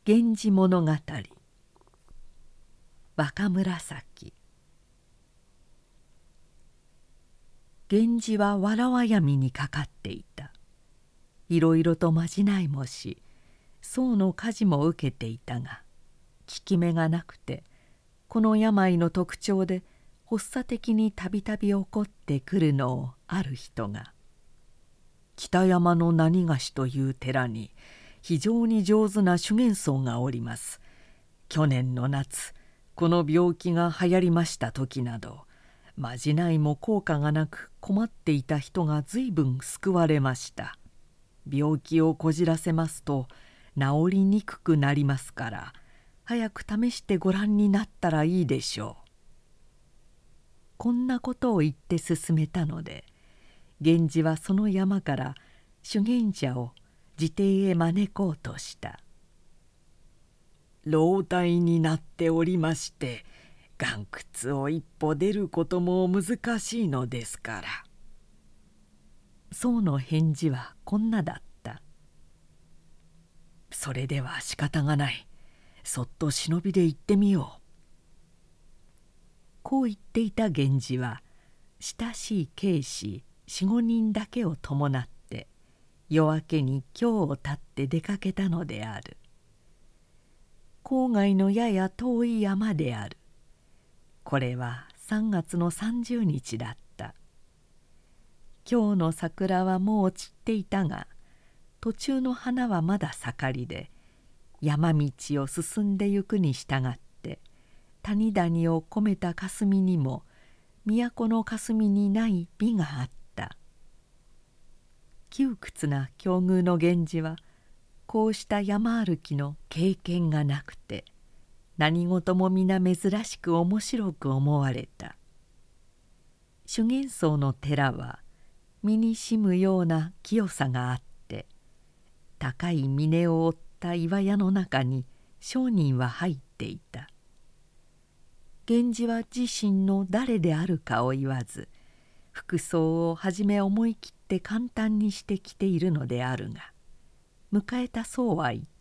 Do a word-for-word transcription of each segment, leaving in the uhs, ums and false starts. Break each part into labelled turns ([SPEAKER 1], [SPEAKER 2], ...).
[SPEAKER 1] 源氏物語。若紫。源氏はわらわ闇にかかっていた。いろいろとまじないもし僧の家事も受けていたが、効き目がなくて、この病の特徴で発作的にたびたび起こってくるのをある人が、北山の何菓子という寺に非常に上手な修験僧がおります。去年の夏、この病気が流行りました時など、まじないも効果がなく困っていた人が随分救われました。病気をこじらせますと治りにくくなりますから、早く試してご覧になったらいいでしょう。こんなことを言って勧めたので、源氏はその山から修験者を自邸へ招こうとした。老体になっておりまして、岩窟を一歩出ることも難しいのですから。僧の返事はこんなだった。それでは仕方がない。そっと忍びで行ってみよう。こう言っていた源氏は、親しい警士四五人だけを伴って夜明けに京を立って出かけたのである。郊外のやや遠い山である。これはさんがつのさんじゅうにちだった。京の桜はもう散っていたが、途中の花はまだ盛りで、山道を進んでゆくに従って谷々を込めた霞にも都の霞にない美があった。窮屈な境遇の源氏はこうした山歩きの経験がなくて、何事も皆珍しく面白く思われた。修験僧の寺は身にしむような清さがあって、高い峰を追った岩屋の中に商人は入っていた。源氏は自身の誰であるかを言わず、服装をはじめ思い切って簡単にしてきているのであるが、迎えた僧は言った。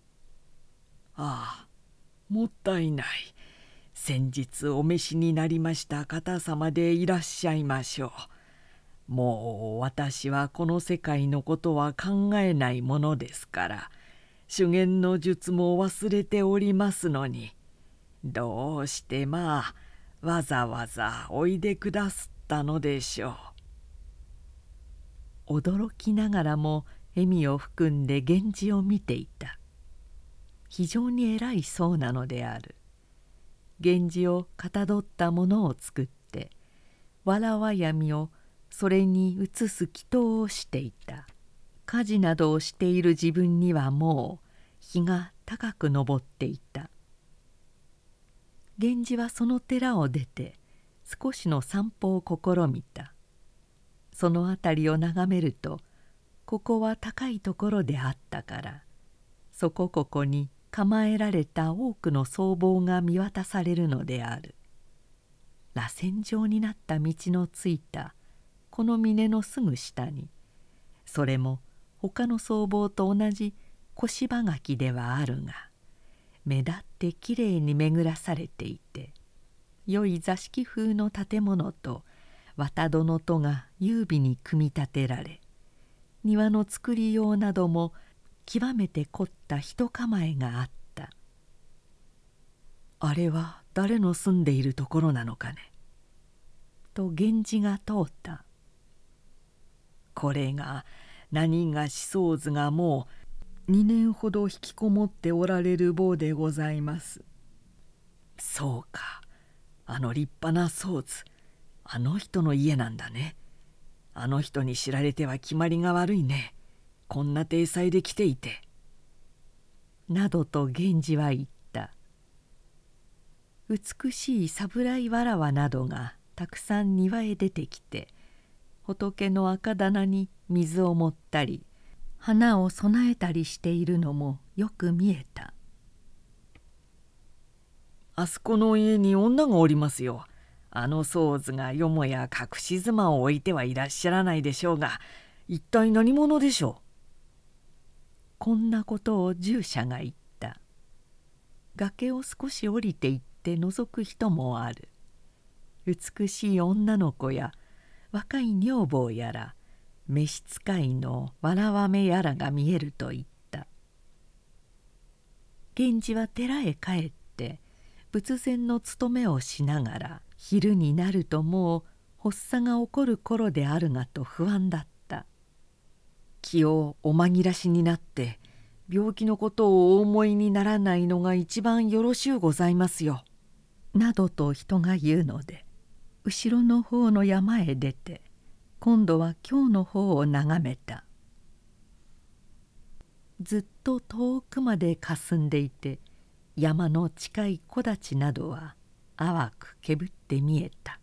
[SPEAKER 1] ああ、もったいない。先日お召しになりました方様でいらっしゃいましょう。もう私はこの世界のことは考えないものですから、修験の術も忘れておりますのに、どうしてまあわざわざおいでくだすったのでしょう。驚きながらも笑みを含んで源氏を見ていた。非常に偉い僧なのである。源氏をかたどったものを作って、わらわ闇をそれに移す祈祷をしていた。家事などをしている自分にはもう日が高く昇っていた。源氏はその寺を出て少しの散歩を試みた。その辺りを眺めると、ここは高いところであったから、そこここに構えられた多くの僧帽が見渡されるのである。螺旋状になった道のついたこの峰のすぐ下に、それも他の僧帽と同じ小柴垣ではあるが、目立ってきれいに巡らされていて、良い座敷風の建物と綿戸の戸が優美に組み立てられ、庭の作りようなども極めて凝った人構えがあった。あれは誰の住んでいるところなのかね、と源氏が問うた。これが何がし僧図がもうにねんほど引きこもっておられる坊でございます。そうか、あの立派な僧図、あの人の家なんだね。あの人に知られては決まりが悪いね。こんな体裁で来ていて。などと源氏は言った。美しい侍わらわなどがたくさん庭へ出てきて、仏の赤棚に水を盛ったり花を供えたりしているのもよく見えた。あそこの家に女がおりますよ。あの僧図がよもや隠し妻を置いてはいらっしゃらないでしょうが、一体何者でしょう。こんなことを従者が言った。 崖を少し降りていって覗く人もある。美しい女の子や若い女房やら召使いのわらわめやらが見えると言った。源氏は寺へ帰って仏前の務めをしながら昼になるともう発作が起こる頃であるがと不安だった。気をお紛らしになって病気のことをお思いにならないのが一番よろしゅうございますよ。などと人が言うので後ろの方の山へ出て今度は京の方を眺めた。ずっと遠くまでかすんでいて山の近い木立などは淡くけぶって見えた。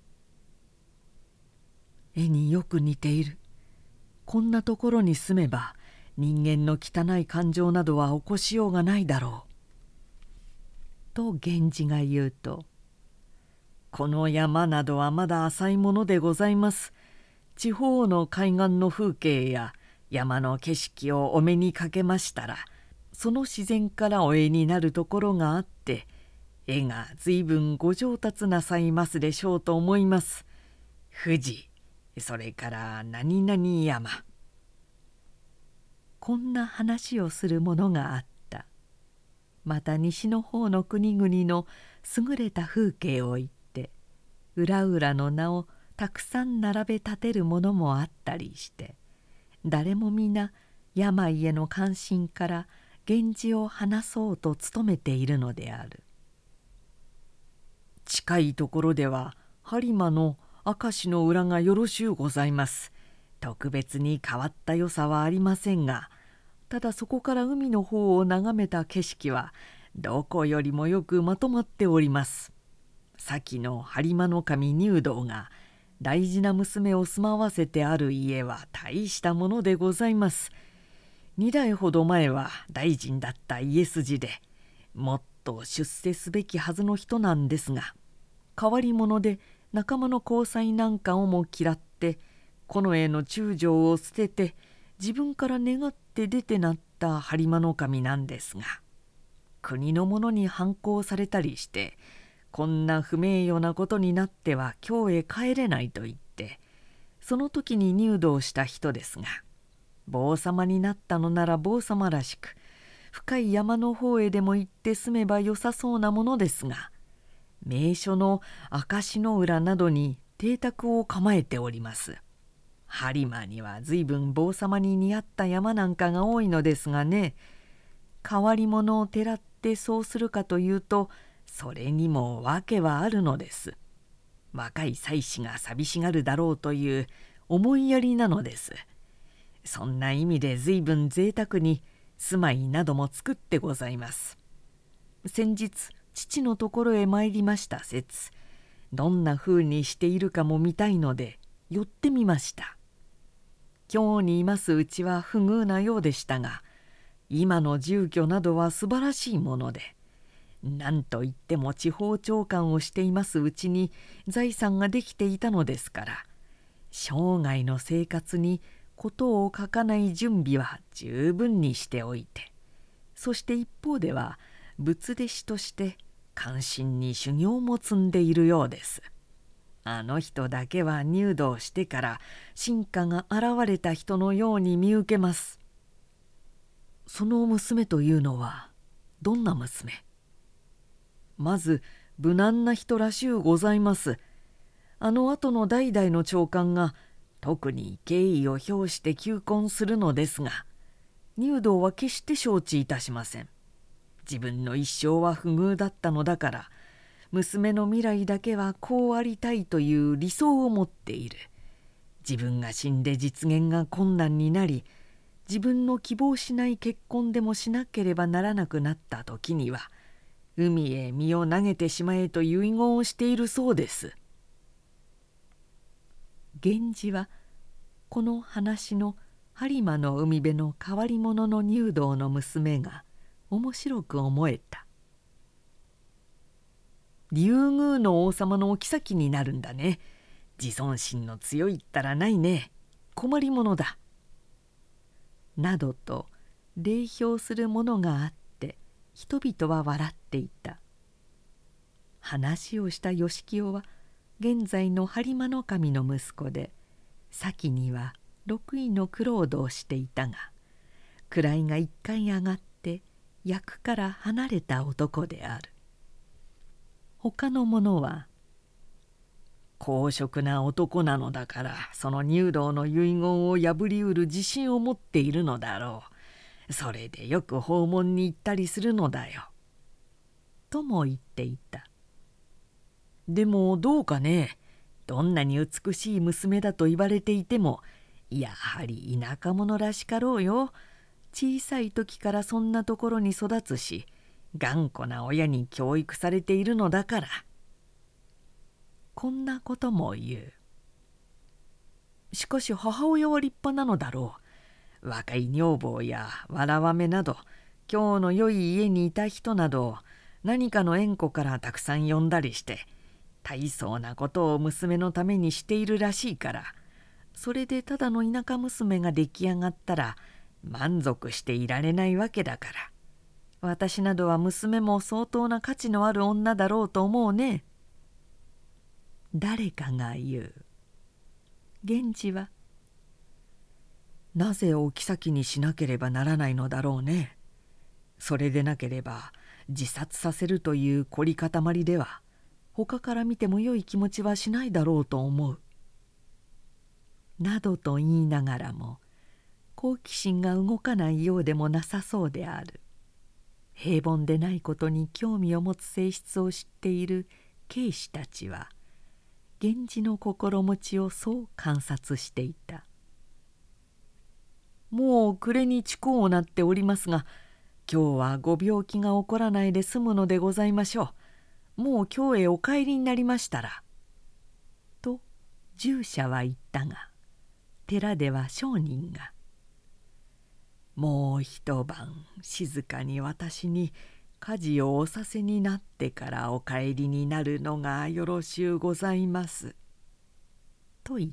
[SPEAKER 1] 絵によく似ている。こんなところに住めば人間の汚い感情などは起こしようがないだろう。と源氏が言うと、この山などはまだ浅いものでございます。地方の海岸の風景や山の景色をお目にかけましたら、その自然からお絵になるところがあって、絵が随分ご上達なさいますでしょうと思います。富士、それから何々山。こんな話をするものがあった。また西の方の国々の優れた風景を言って浦々の名をたくさん並べ立てるものもあったりして、誰も皆病への関心から源氏を話そうと努めているのである。近いところでは播磨の明石の裏がよろしゅうございます。特別に変わった良さはありませんが、ただそこから海の方を眺めた景色はどこよりもよくまとまっております。先の播磨守入道が大事な娘を住まわせてある家は大したものでございます。二代ほど前は大臣だった家筋でもっと出世すべきはずの人なんですが、変わり者で仲間の交際なんかをも嫌って近衛の中将を捨てて自分から願って出てなった播磨守なんですが、国の者に反抗されたりしてこんな不名誉なことになっては京へ帰れないと言って、その時に入道した人ですが、坊様になったのなら坊様らしく深い山の方へでも行って住めばよさそうなものですが、名所の明石の浦などに邸宅を構えております。播磨には随分坊様に似合った山なんかが多いのですがね、変わり者をてらってそうするかというと、それにも訳はあるのです。若い妻子が寂しがるだろうという思いやりなのです。そんな意味で随分贅沢に住まいなども作ってございます。先日父のところへ参りました節、どんなふうにしているかも見たいので寄ってみました。京にいますうちは不遇なようでしたが、今の住居などは素晴らしいもので、何といっても地方長官をしていますうちに財産ができていたのですから、生涯の生活にことを書かない準備は十分にしておいて、そして一方では仏弟子として関心に修行も積んでいるようです。あの人だけは入道してから真価が現れた人のように見受けます。その娘というのはどんな娘？まず無難な人らしゅうございます。あの後の代々の長官が特に敬意を表して求婚するのですが、入道は決して承知いたしません。自分の一生は不遇だったのだから、娘の未来だけはこうありたいという理想を持っている。自分が死んで実現が困難になり、自分の希望しない結婚でもしなければならなくなった時には、海へ身を投げてしまえと遺言をしているそうです。源氏はこの話の播磨の海辺の変わり者の入道の娘が面白く思えた。竜宮の王様のお妃になるんだね。自尊心の強いったらないね。困り者だ。などと礼評するものがあって人々は笑っていた。話をした義清は現在の播磨守の息子で、先には六位の玄人をしていたが、位が一回上がって役から離れた男である。他の者は「公職な男なのだから、その入道の遺言を破りうる自信を持っているのだろう。それでよく訪問に行ったりするのだよ」とも言っていた。でもどうかね、どんなに美しい娘だと言われていても、やはり田舎者らしかろうよ。小さい時からそんなところに育つし、頑固な親に教育されているのだから。こんなことも言う。しかし母親は立派なのだろう。若い女房やわらわめなど、今日の良い家にいた人などを何かの縁故からたくさん呼んだりして、大層なことを娘のためにしているらしいから、それでただの田舎娘が出来上がったら満足していられないわけだから、私などは娘も相当な価値のある女だろうと思うね。誰かが言う。源氏は「なぜお妃にしなければならないのだろうね。それでなければ自殺させるという凝り固まりでは、他から見ても良い気持ちはしないだろうと思う」などと言いながらも、好奇心が動かないようでもなさそうである。平凡でないことに興味を持つ性質を知っている警士たちは、源氏の心持ちをそう観察していた。もう暮れに近うなっておりますが、今日はご病気が起こらないで済むのでございましょう。もう京へお帰りになりましたら。と従者は言ったが、寺では商人が「もう一晩静かに私に家事をおさせになってからお帰りになるのがよろしゅうございます」と言った。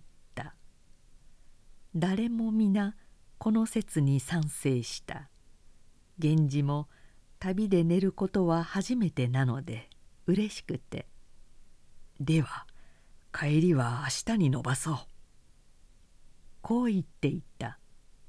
[SPEAKER 1] 誰も皆この説に賛成した。源氏も旅で寝ることは初めてなのでうれしくて「では帰りは明日に延ばそう」こう言っていた。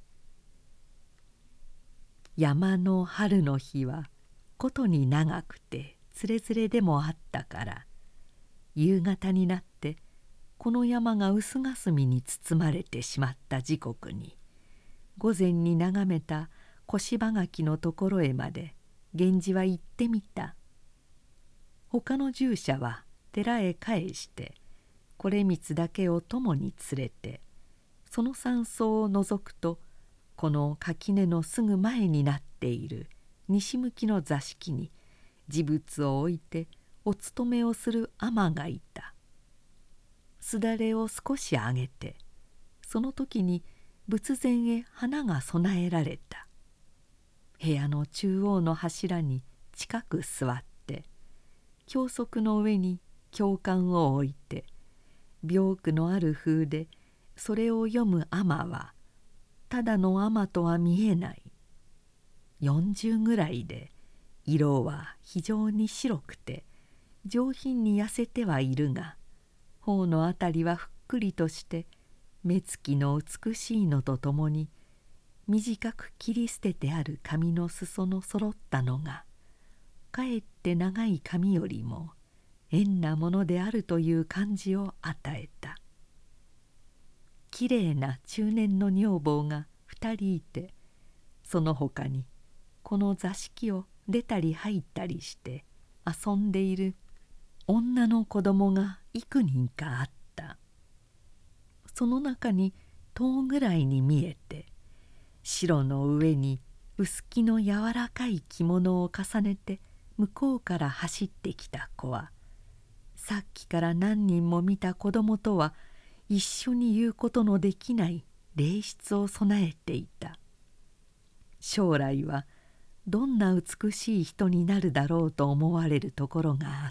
[SPEAKER 1] 山の春の日はことに長くてつれづれでもあったから、夕方になってこの山が薄霞に包まれてしまった時刻に、午前に眺めた小柴垣のところへまで源氏は行ってみた。他の従者は寺へ帰して惟光だけを共に連れて、その山荘を覗くと、この垣根のすぐ前になっている西向きの座敷に持物を置いてお勤めをする尼がいた。すだれを少し上げて、その時に仏前へ花が供えられた。部屋の中央の柱に近く座って、教則の上に経巻を置いて、病句のある風でそれを読む尼はただの尼とは見えない。よんじゅうぐらいで、色は非常に白くて上品に痩せてはいるが、頬のあたりはふっくりとして目つきの美しいのとともに、短く切り捨ててある髪の裾のそろったのが、かえって長い髪よりも縁なものであるという感じを与えた。きれいな中年の女房が二人いて、そのほかにこの座敷を出たり入ったりして遊んでいる女の子供が幾人かあった。その中に塔ぐらいに見えて、白の上に薄木の柔らかい着物を重ねて向こうから走ってきた子は、さっきから何人も見た子供とは一緒に言うことのできない礼質を備えていた。将来はどんな美しい人になるだろうと思われるところがあって、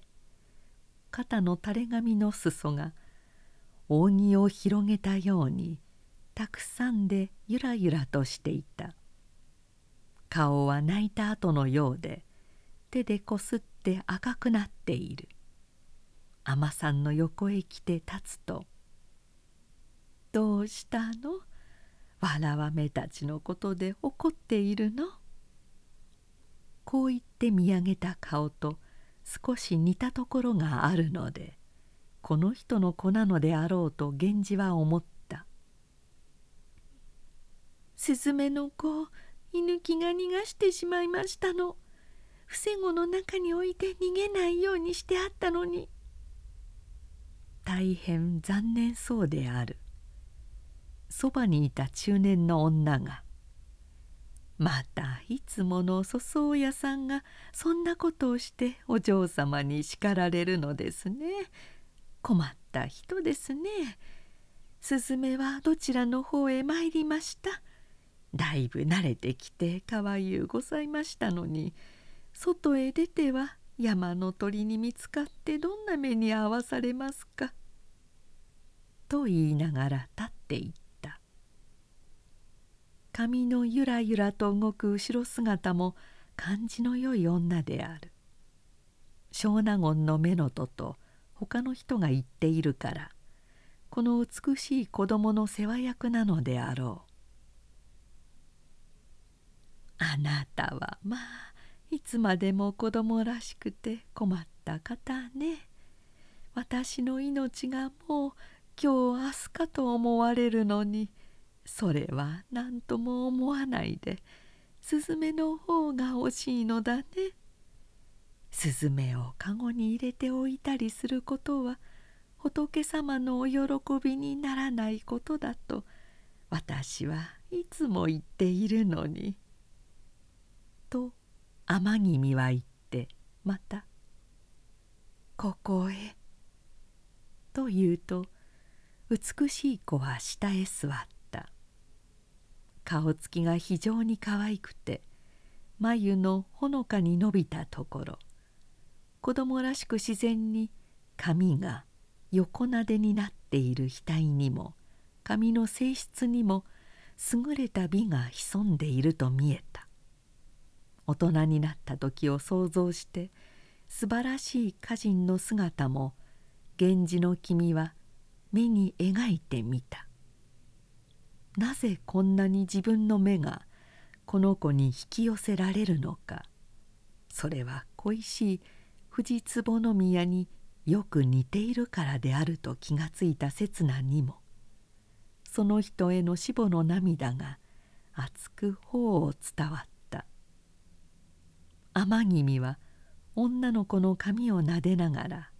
[SPEAKER 1] 肩の垂れ髪の裾が扇を広げたようにたくさんでゆらゆらとしていた。 顔は泣いた後のようで手でこすって赤くなっている。海女さんの横へ来て立つと「どうしたの？わらわめたちのことで怒っているの？」こう言って見上げた顔と少し似たところがあるので、この人の子なのであろうと源氏は思った。すずめの子を犬木が逃がしてしまいましたの。伏せ子の中に置いて逃げないようにしてあったのに。大変残念そうである。そばにいた中年の女が「またいつもの粗相屋さんがそんなことをしてお嬢様に叱られるのですね。困った人ですね。すずめはどちらの方へ参りました。だいぶ慣れてきてかわゆうございましたのに、外へ出ては山の鳥に見つかってどんな目に遭わされますか」と言いながら立っていった。髪のゆらゆらと動く後ろ姿も感じのよい女である。小納言の乳母と他の人が言っているから、この美しい子供の世話役なのであろう。あなたはまあいつまでも子供らしくて困った方ね。私の命がもう今日明日かと思われるのに、それは何とも思わないで、スズメの方が惜しいのだね。スズメをかごに入れておいたりすることは仏様のお喜びにならないことだと私はいつも言っているのに。と天君は言ってまた「ここへ」と言うと、美しい子は下へ座った。顔つきが非常に可愛くて、眉のほのかに伸びたところ、子供らしく自然に髪が横なでになっている額にも髪の性質にも優れた美が潜んでいると見えた。大人になった時を想像して素晴らしい歌人の姿も源氏の君は目に描いてみた。なぜこんなに自分の目がこの子に引き寄せられるのか。それは恋しい藤壺宮によく似ているからであると気がついた刹那にも、その人への死母の涙が熱く頬を伝わった。天君は女の子の髪をなでながら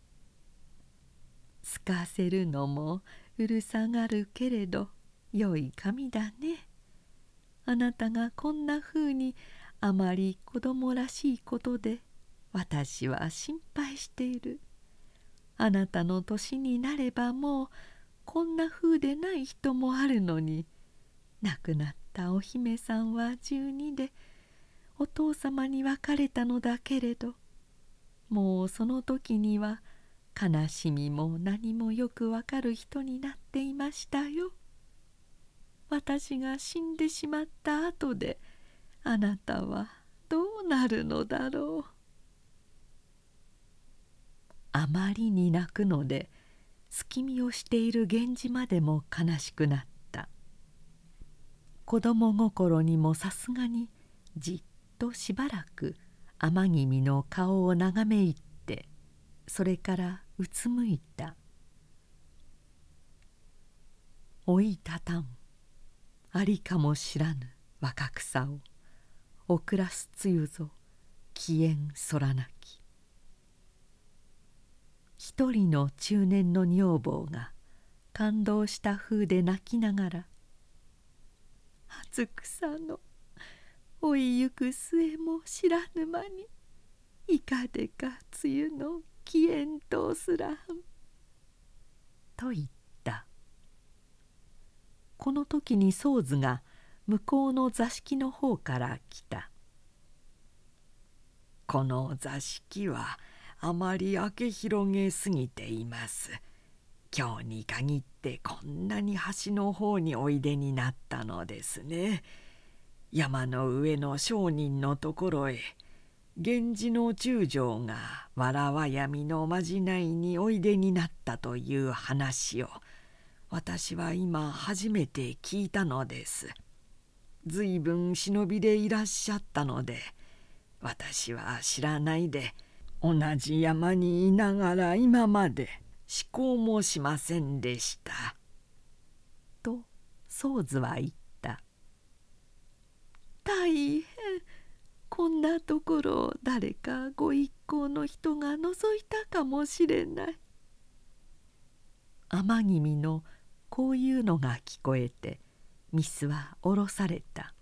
[SPEAKER 1] 「すかせるのもうるさがるけれどよい髪だね。あなたがこんなふうにあまり子供らしいことで私は心配している。あなたの年になればもうこんなふうでない人もあるのに、亡くなったお姫さんはじゅうにでお父様に別れたのだけれど、もうその時には悲しみも何もよくわかる人になっていましたよ。私が死んでしまった後であなたはどうなるのだろう。」あまりに泣くので隙見をしている源氏までも悲しくなった。子供心にもさすがにじっとしばらく天君の顔を眺め入って、それからうつむいた。「老いたたんありかもしらぬ若草をおくらすつゆぞきえん空なき」。一人の中年の女房が感動した風で泣きながら「初草の老いゆく末も知らぬ間にいかでか梅雨のきえんとすらん」と言った。この時に僧図が向こうの座敷の方から来た。「この座敷はあまり明け広げすぎています。今日に限ってこんなに端の方においでになったのですね。
[SPEAKER 2] 山の上の商人のところへ源氏の中将がわらわ闇のまじないにおいでになったという話を私は今初めて聞いたのです。ずいぶん忍びでいらっしゃったので私は知らないで同じ山にいながら今まで思考もしませんでした。
[SPEAKER 1] と宗図は言った。大変、こんなところを誰かご一行の人が覗いたかもしれない。天君のこういうのが聞こえてミスは下ろされた。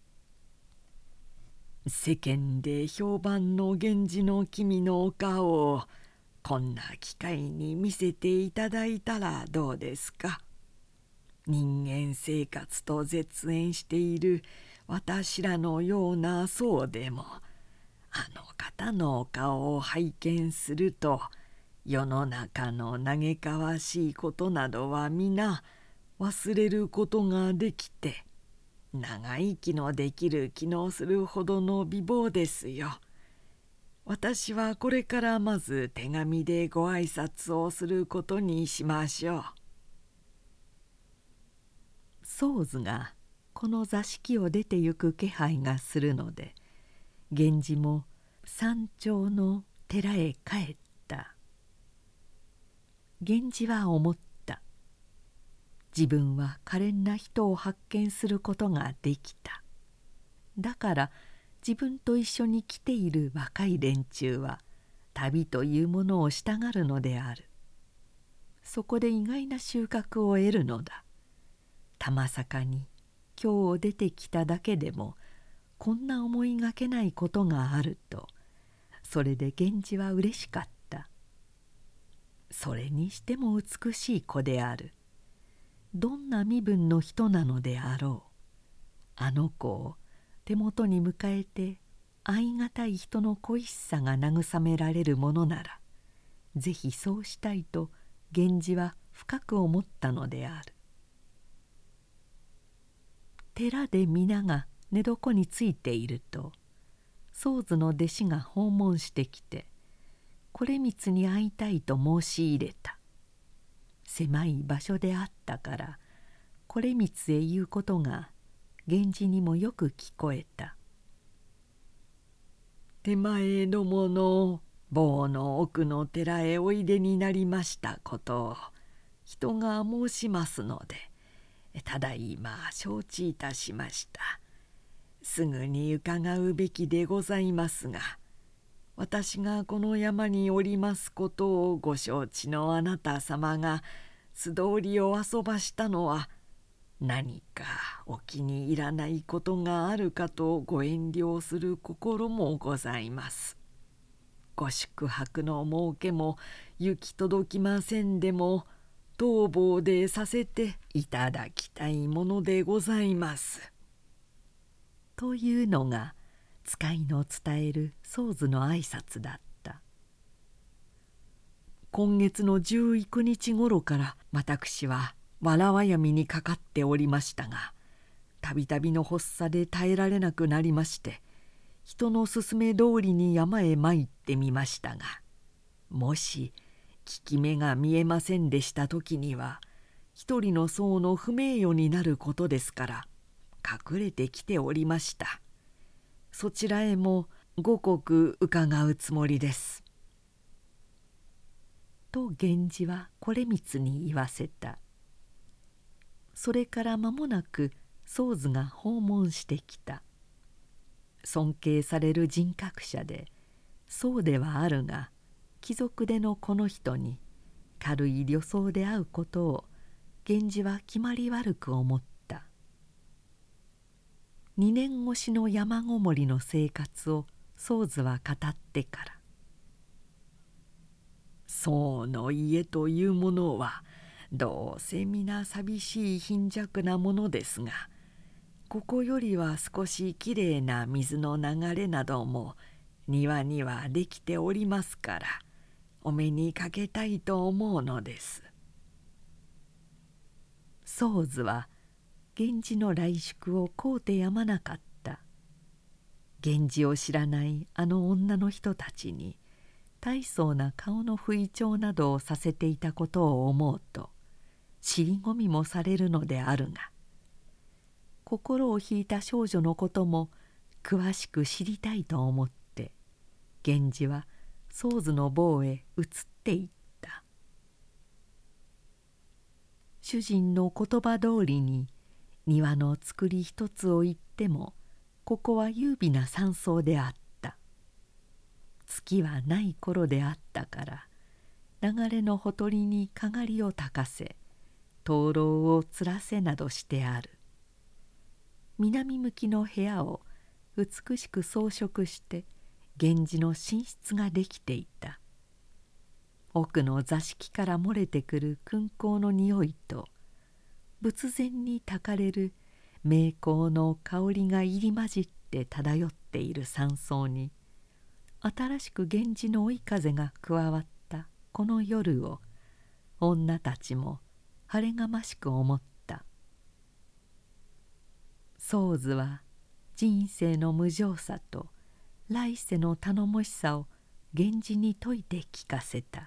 [SPEAKER 2] 世間で評判の源氏の君のお顔をこんな機会に見せていただいたらどうですか。人間生活と絶縁している私らのような僧でもあの方のお顔を拝見すると世の中の嘆かわしいことなどは皆忘れることができて長生きのできる気のするほどの美貌ですよ。私はこれからまず手紙でご挨拶をすることにしましょう。
[SPEAKER 1] 宗図がこの座敷を出てゆく気配がするので源氏も山頂の寺へ帰った。源氏は思った。自分は可憐な人を発見することができた。だから自分と一緒に来ている若い連中は旅というものをしたがるのである。そこで意外な収穫を得るのだ。たまさかに今日出てきただけでもこんな思いがけないことがあるとそれで源氏はうれしかった。それにしても美しい子である。どんな身分の人なのであろう。あの子を手元に迎えて愛がたい人の恋しさが慰められるものならぜひそうしたいと源氏は深く思ったのである。寺で皆が寝床についていると宗図の弟子が訪問してきて惟光に会いたいと申し入れた。狭い場所であったから惟光へ言うことが源氏にもよく聞こえた。
[SPEAKER 2] 手前どもの坊の奥の寺へおいでになりましたことを人が申しますのでただいま承知いたしました。すぐに伺うべきでございますが私がこの山におりますことをご承知のあなた様が素通りを遊ばしたのは何かお気に入らないことがあるかとご遠慮する心もございます。ご宿泊の儲けも行き届きませんでも当坊でさせていただきたいものでございます。
[SPEAKER 1] というのが使いの伝える宗図の挨拶だった。
[SPEAKER 2] 今月のじゅうくにちごろから私はわらわ闇にかかっておりましたがたびたびの発作で耐えられなくなりまして人の勧め通りに山へ参ってみましたがもし効き目が見えませんでした時には一人の僧の不名誉になることですから隠れてきておりました。そちらへもご刻伺うつもりです。
[SPEAKER 1] と源氏は惟光に言わせた。それから間もなく宗図が訪問してきた。尊敬される人格者で僧ではあるが貴族でのこの人に軽い旅僧で会うことを源氏は決まり悪く思った。二年越しの山ごもりの生活を宗図は語ってから
[SPEAKER 2] 「僧の家というものはどうせ皆寂しい貧弱なものですがここよりは少しきれいな水の流れなども庭にはできておりますからお目にかけたいと思うのです。」
[SPEAKER 1] 宗図は源氏の来宿をこうてやまなかった。 源氏を知らないあの女の人たちに大層な顔の吹聴などをさせていたことを思うと尻込みもされるのであるが、心を引いた少女のことも詳しく知りたいと思って源氏は宗図の房へ移っていった。主人の言葉通りに庭の造り一つを言ってもここは優美な山荘であった。月はない頃であったから流れのほとりにかがりをたかせ灯籠をつらせなどしてある。南向きの部屋を美しく装飾して源氏の寝室ができていた。奥の座敷から漏れてくる燻香の匂いと仏前にたかれる名香の香りが入り混じって漂っている山荘に新しく源氏の追い風が加わったこの夜を女たちも晴れがましく思った。宗図は人生の無常さと来世の頼もしさを源氏に説いて聞かせた。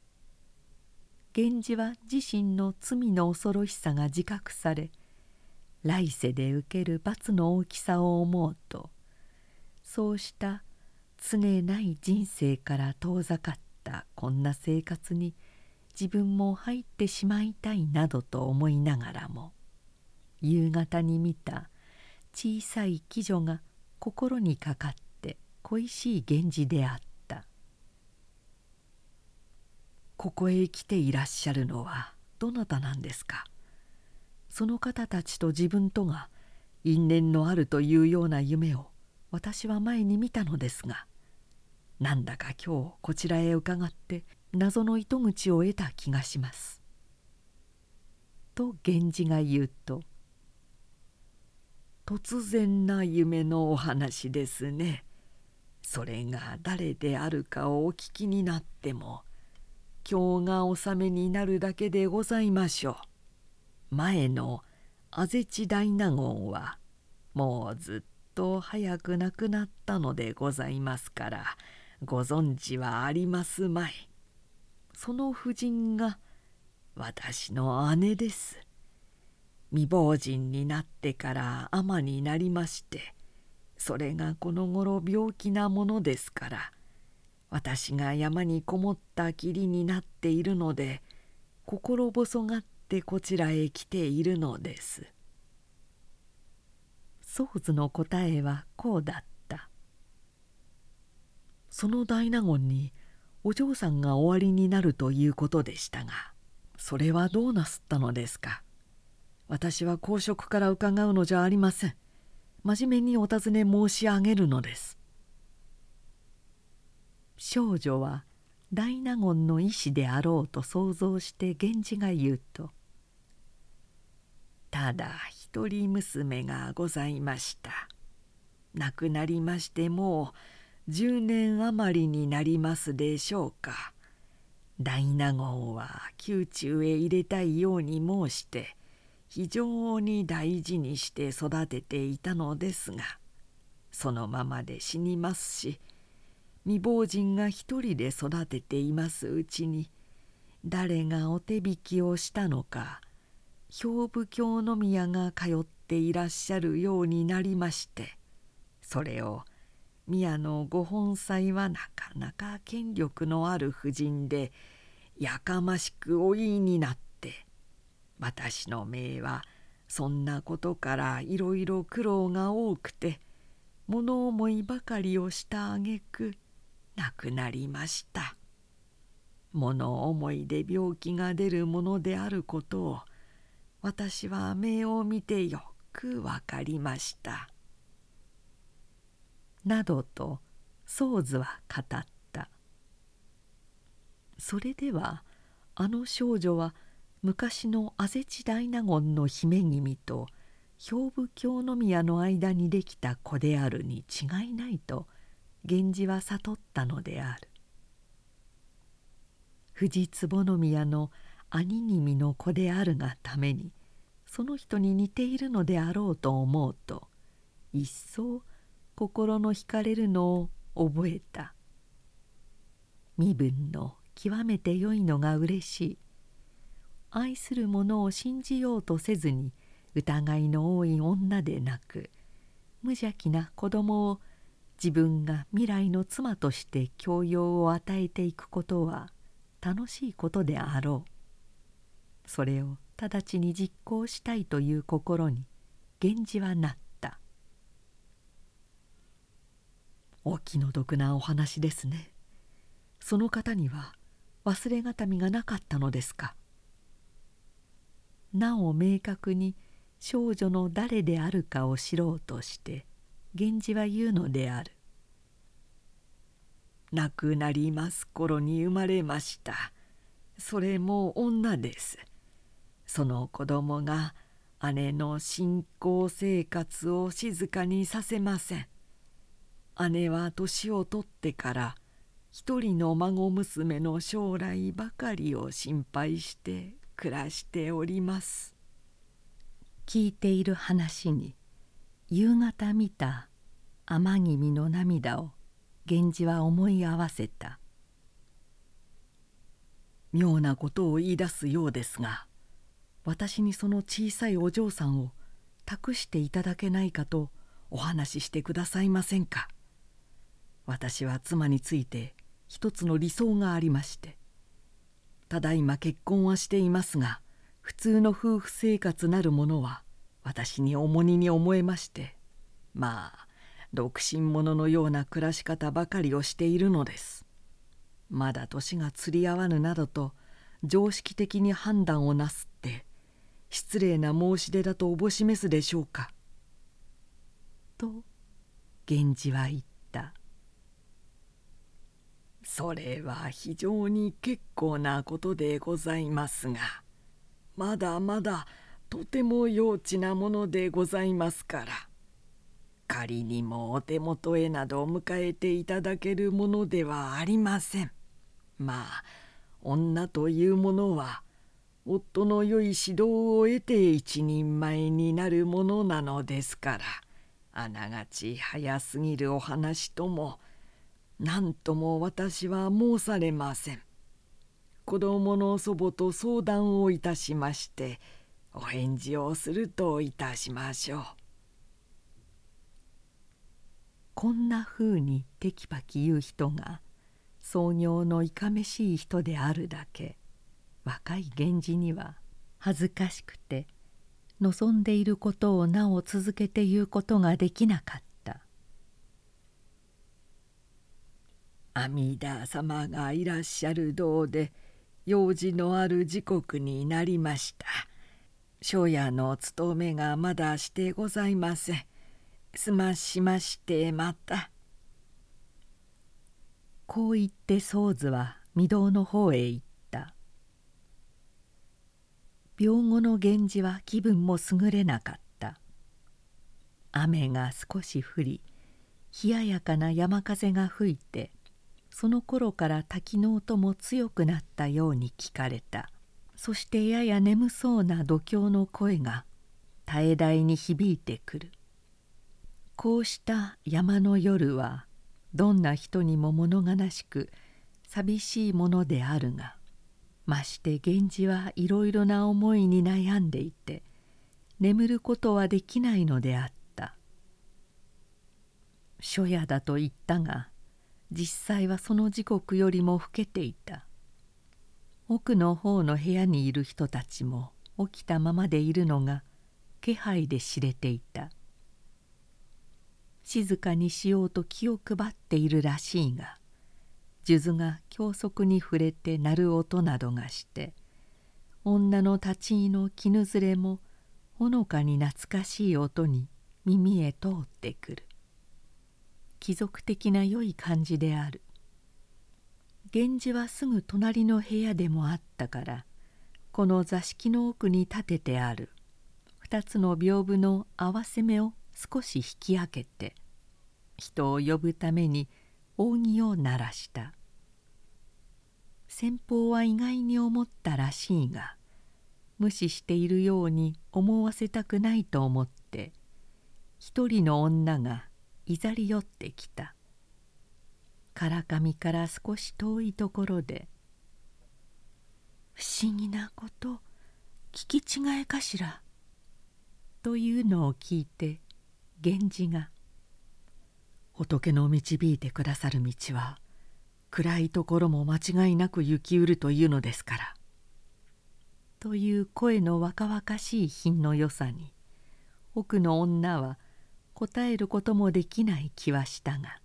[SPEAKER 1] 源氏は自身の罪の恐ろしさが自覚され来世で受ける罰の大きさを思うとそうした常ない人生から遠ざかったこんな生活に自分も入ってしまいたいなどと思いながらも夕方に見た小さい鬼女が心にかかって恋しい源氏であった。ここへ来ていらっしゃるのはどなたなんですか。その方たちと自分とが因縁のあるというような夢を私は前に見たのですが、なんだか今日こちらへ伺って謎の糸口を得た気がします。と源氏が言うと、突然な夢のお話ですね。それが誰であるかをお聞きになっても今日が納めになるだけでございましょう。前の畔地大納言はもうずっと早く亡くなったのでございますからご存知はありますまい。その婦人が私の姉です。未亡人になってから尼になりまして、それがこの頃病気なものですから私が山にこもったきりになっているので心細がってこちらへ来ているのです。宗図の答えはこうだった。その大納言にお嬢さんがおありになるということでしたが、それはどうなすったのですか。私は公職から伺うのじゃありません。真面目にお尋ね申し上げるのです。少女は大納言の意思であろうと想像して源氏が言うと、ただ一人娘がございました。亡くなりましてもう十年余りになりますでしょうか。大納言は宮中へ入れたいように申して非常に大事にして育てていたのですが、そのままで死にますし、未亡人が一人で育てていますうちに誰がお手引きをしたのか兵部京宮が通っていらっしゃるようになりまして、それを宮のご本妻はなかなか権力のある婦人でやかましくお言いになって、私の姪はそんなことからいろいろ苦労が多くて物思いばかりをしたあげく亡くなりました。物思いで病気が出るものであることを私は目を見てよくわかりました。などと宗図は語った。それではあの少女は昔の畔地大納言の姫君と兵部京宮の間にできた子であるに違いないと源氏は悟ったのである。藤壺宮の兄君の子であるがためにその人に似ているのであろうと思うと一層心の惹かれるのを覚えた。身分の極めて良いのがうれしい。愛する者を信じようとせずに疑いの多い女でなく、無邪気な子供を自分が未来の妻として教養を与えていくことは楽しいことであろう。それを直ちに実行したいという心に源氏はなった。お気の毒なお話ですね。その方には忘れがたみがなかったのですか。なお明確に少女の誰であるかを知ろうとして源氏は言うのである。亡くなります頃に生まれました。それも女です。その子供が姉の信仰生活を静かにさせません。姉は年を取ってから一人の孫娘の将来ばかりを心配して暮らしております。聞いている話に夕方見た天君の涙を源氏は思い合わせた。妙なことを言い出すようですが、私にその小さいお嬢さんを託していただけないかとお話ししてくださいませんか。私は妻について一つの理想がありまして、ただいま結婚はしていますが、普通の夫婦生活なるものは私に重荷に思えまして、まあ独身者のような暮らし方ばかりをしているのです。まだ年が釣り合わぬなどと常識的に判断をなすって失礼な申し出だとおぼしめすでしょうか。と源氏は言った。それは非常に結構なことでございますが、まだまだとても幼稚なものでございますから、仮にもお手元へなど迎えていただけるものではありません。まあ女というものは夫の良い指導を得て一人前になるものなのですから、あながち早すぎるお話とも何とも私は申されません。子供の祖母と相談をいたしましてお返事をするといたしましょう。こんなふうにテキパキ言う人が創業のいかめしい人であるだけ、若い源氏には恥ずかしくて望んでいることをなお続けて言うことができなかった。阿弥陀様がいらっしゃる道で用事のある時刻になりました。庄屋の務めがまだしてございません。済ましましてまた。こう言って僧図は御堂の方へ行った。病後の源氏は気分も優れなかった。雨が少し降り、冷ややかな山風が吹いて、その頃から滝の音も強くなったように聞かれた。そしてやや眠そうな度胸の声が絶え絶えに響いてくる。こうした山の夜はどんな人にも物悲しく寂しいものであるが、まして源氏はいろいろな思いに悩んでいて眠ることはできないのであった。初夜だと言ったが実際はその時刻よりも更けていた。奥の方の部屋にいる人たちも起きたままでいるのが気配で知れていた。静かにしようと気を配っているらしいが、数珠が教則に触れて鳴る音などがして女の立ち居の絹ずれもほのかに懐かしい音に耳へ通ってくる。貴族的な良い感じである。源氏はすぐ隣の部屋でもあったから、この座敷の奥に立ててある二つの屏風の合わせ目を少し引き開けて人を呼ぶために扇を鳴らした。先方は意外に思ったらしいが、無視しているように思わせたくないと思って、一人の女がいざり寄ってきた。唐上から少し遠いところで「不思議なこと聞き違いかしら」というのを聞いて源氏が「仏の導いてくださる道は暗いところも間違いなく行きうるというのですから」という声の若々しい品の良さに奥の女は答えることもできない気はしたが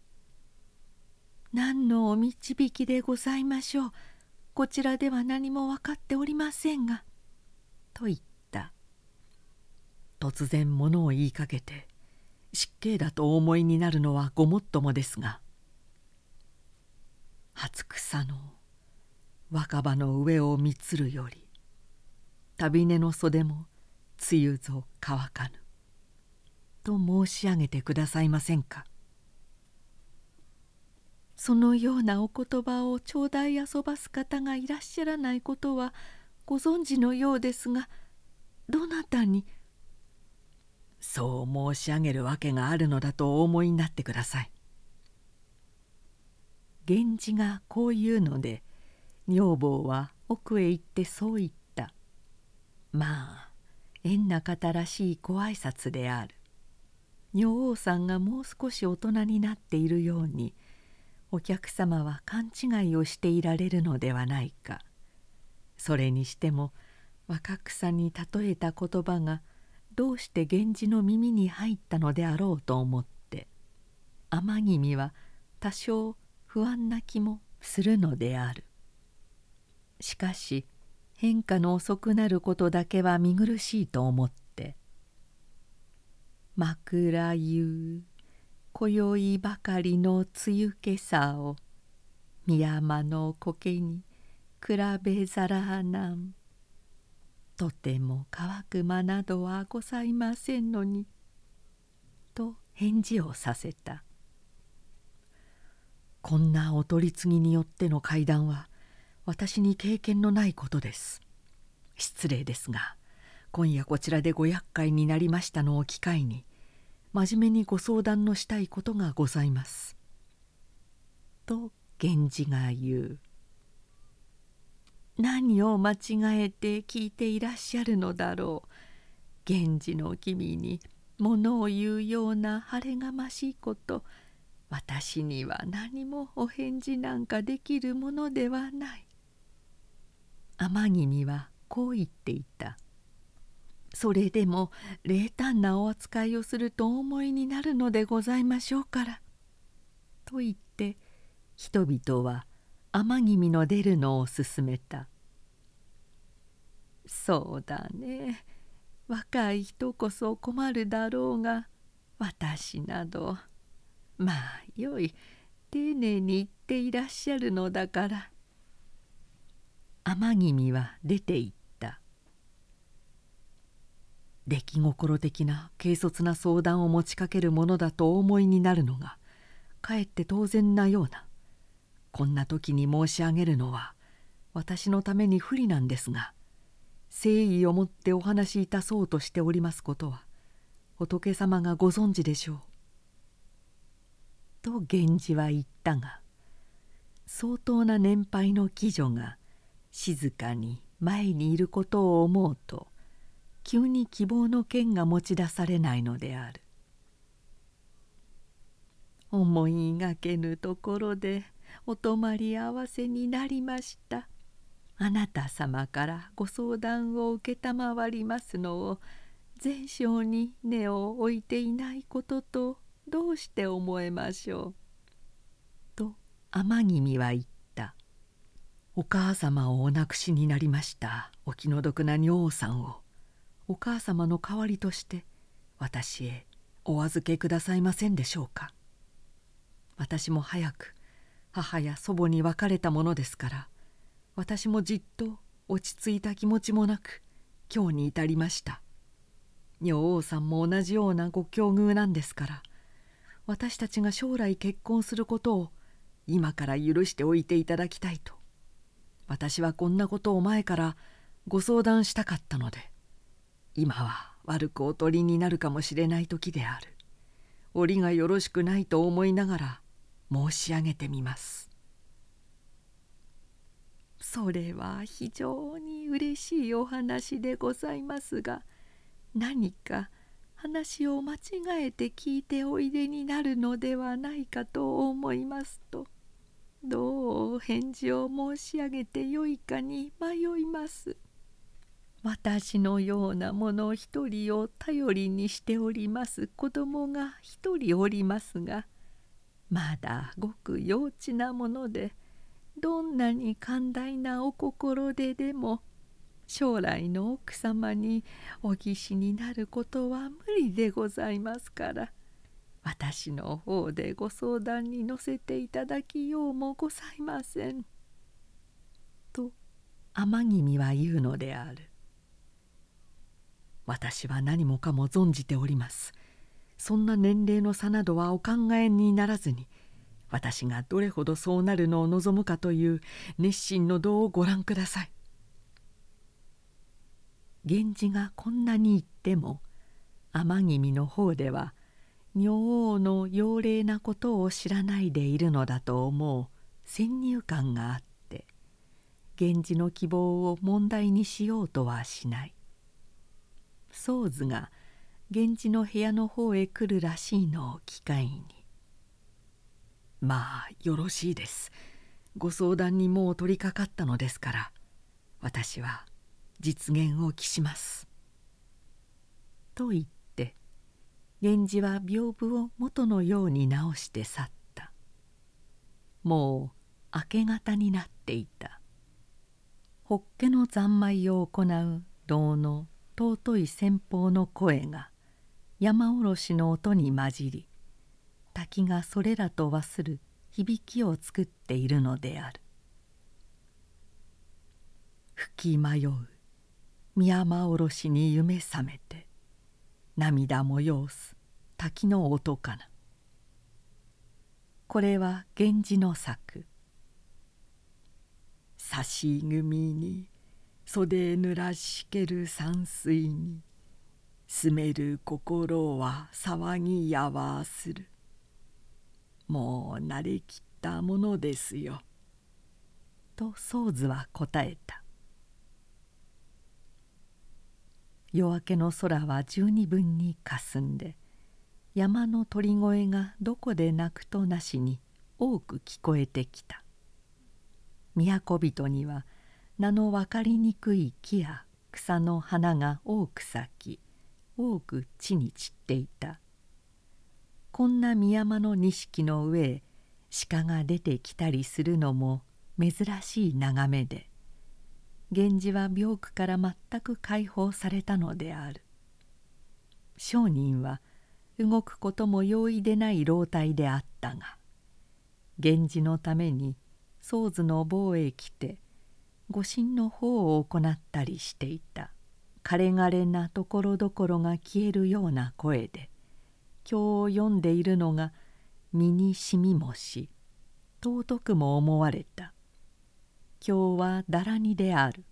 [SPEAKER 1] 「何のお導きでございましょう。こちらでは何も分かっておりませんが」と言った。突然物を言いかけて失敬だとお思いになるのはごもっともですが、初草の若葉の上を満つるより旅根の袖も梅雨ぞ乾かぬと申し上げてくださいませんか。そのようなお言葉を頂戴遊ばす方がいらっしゃらないことはご存知のようですが、どなたに？そう申し上げるわけがあるのだとお思いになってください。源氏がこう言うので女房は奥へ行ってそう言った。まあ縁な方らしいご挨拶である。女王さんがもう少し大人になっているようにお客様は勘違いをしていられるのではないか。それにしても若草に例えた言葉がどうして源氏の耳に入ったのであろうと思って天君は多少不安な気もするのである。しかし変化の遅くなることだけは見苦しいと思って「枕湯今宵ばかりの梅雨今朝を深山の苔に比べざらなんとても乾く間などはございませんのに」と返事をさせた。こんなお取り次ぎによっての会談は私に経験のないことです。失礼ですが今夜こちらでご厄介になりましたのを機会に真面目にご相談のしたいことがございます。と源氏が言う。何を間違えて聞いていらっしゃるのだろう。源氏の君に物を言うような晴れがましいこと私には何もお返事なんかできるものではない。天君はこう言っていた。それでも冷淡なお扱いをするとお思いになるのでございましょうから。と言って人々は天君の出るのを勧めた。そうだね、若い人こそ困るだろうが私などまあよい、丁寧に言っていらっしゃるのだから。天君は出て行った。出来心的な軽率な相談を持ちかけるものだとお思いになるのがかえって当然なような。こんな時に申し上げるのは私のために不利なんですが、誠意をもってお話しいたそうとしておりますことは仏様がご存知でしょう。と源氏は言ったが、相当な年配の貴女が静かに前にいることを思うと急に希望の剣が持ち出されないのである。思いがけぬところでお泊まり合わせになりました。あなた様からご相談を承りますのを前生に根を置いていないこととどうして思えましょう。と天君は言った。お母様をお亡くしになりましたお気の毒な女王さんをお母様の代わりとして私へお預けくださいませんでしょうか。私も早く母や祖母に別れたものですから、私もじっと落ち着いた気持ちもなく今日に至りました。女王さんも同じようなご境遇なんですから、私たちが将来結婚することを今から許しておいていただきたいと私はこんなことを前からご相談したかったので、今は悪くお取りになるかもしれない時である。
[SPEAKER 2] 折がよろしくないと思いながら申し上げてみます。
[SPEAKER 1] それは非常にうれしいお話でございますが、何か話を間違えて聞いておいでになるのではないかと思いますと、どうお返事を申し上げてよいかに迷います。私のようなもの一人を頼りにしております子供が一人おりますが、まだごく幼稚なもので、どんなに寛大なお心ででも将来の奥様にお義士になることは無理でございますから、私の方でご相談に乗せていただきようもございません」と天君は言うのである。
[SPEAKER 2] 私は何もかも存じております。そんな年齢の差などはお考えにならずに、私がどれほどそうなるのを望むかという熱心の度をご覧ください。
[SPEAKER 1] 源氏がこんなに言っても、天君の方では女王の要令なことを知らないでいるのだと思う先入観があって、源氏の希望を問題にしようとはしない。宗図が源氏の部屋の方へ来るらしいのを機会に「
[SPEAKER 2] まあよろしいです。ご相談にもう取り掛かったのですから、私は実現を期します」
[SPEAKER 1] と言って源氏は屏風を元のように直して去った。もう明け方になっていた。法華の三昧を行う堂の尊い先方の声が山おろしの音に混じり、滝がそれらと忘る響きを作っているのである。吹き迷う三山おろしに夢覚めて、涙もようす滝の音かな。これは源氏の作。
[SPEAKER 2] 差し組に袖濡らしける山水に、澄める心は騒ぎやわする。もう慣れきったものですよ。
[SPEAKER 1] と宗図は答えた。夜明けの空は十二分にかすんで、山の鳥声がどこで鳴くとなしに多く聞こえてきた。都人には名の分かりにくい木や草の花が多く咲き、多く地に散っていた。こんな深山の錦の上へ鹿が出てきたりするのも珍しい眺めで、源氏は病苦から全く解放されたのである。商人は動くことも容易でない老体であったが、源氏のために宗図の房へ来て御神の方を行ったりしていた。かれがれなところどころが消えるような声で経を読んでいるのが身にしみもし、尊くも思われた。経はだらにである。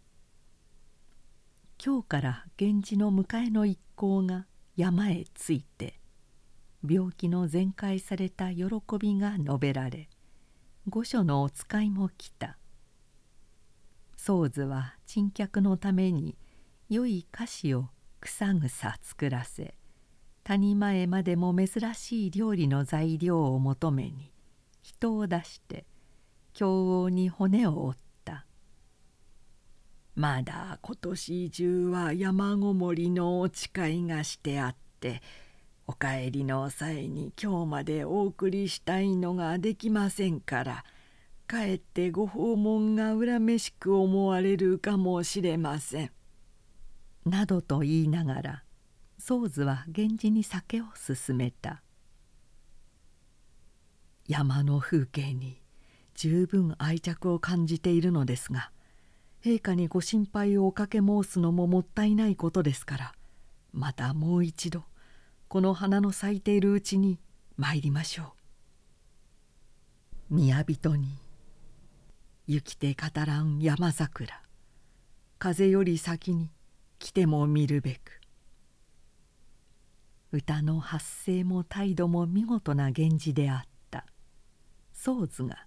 [SPEAKER 1] 今日から源氏の迎えの一行が山へ着いて、病気の全快された喜びが述べられ、御所のお使いも来た。宗図は珍客のために良い菓子をぐさぐさ作らせ、谷間へまでも珍しい料理の材料を求めに人を出して経王に骨を折った。
[SPEAKER 2] まだ今年中は山ごもりのお誓いがしてあって、お帰りの際に今日までお送りしたいのができませんから、かえってご訪問が恨めしく思われるかもしれません。
[SPEAKER 1] などと言いながら宗図は源氏に酒を勧めた。
[SPEAKER 2] 山の風景に十分愛着を感じているのですが、陛下にご心配をおかけ申すのももったいないことですから、またもう一度この花の咲いているうちに参りましょう。宮人に行きて語らん山桜、風より先に来ても見るべく。
[SPEAKER 1] 歌の発声も態度も見事な源氏であった。宗図が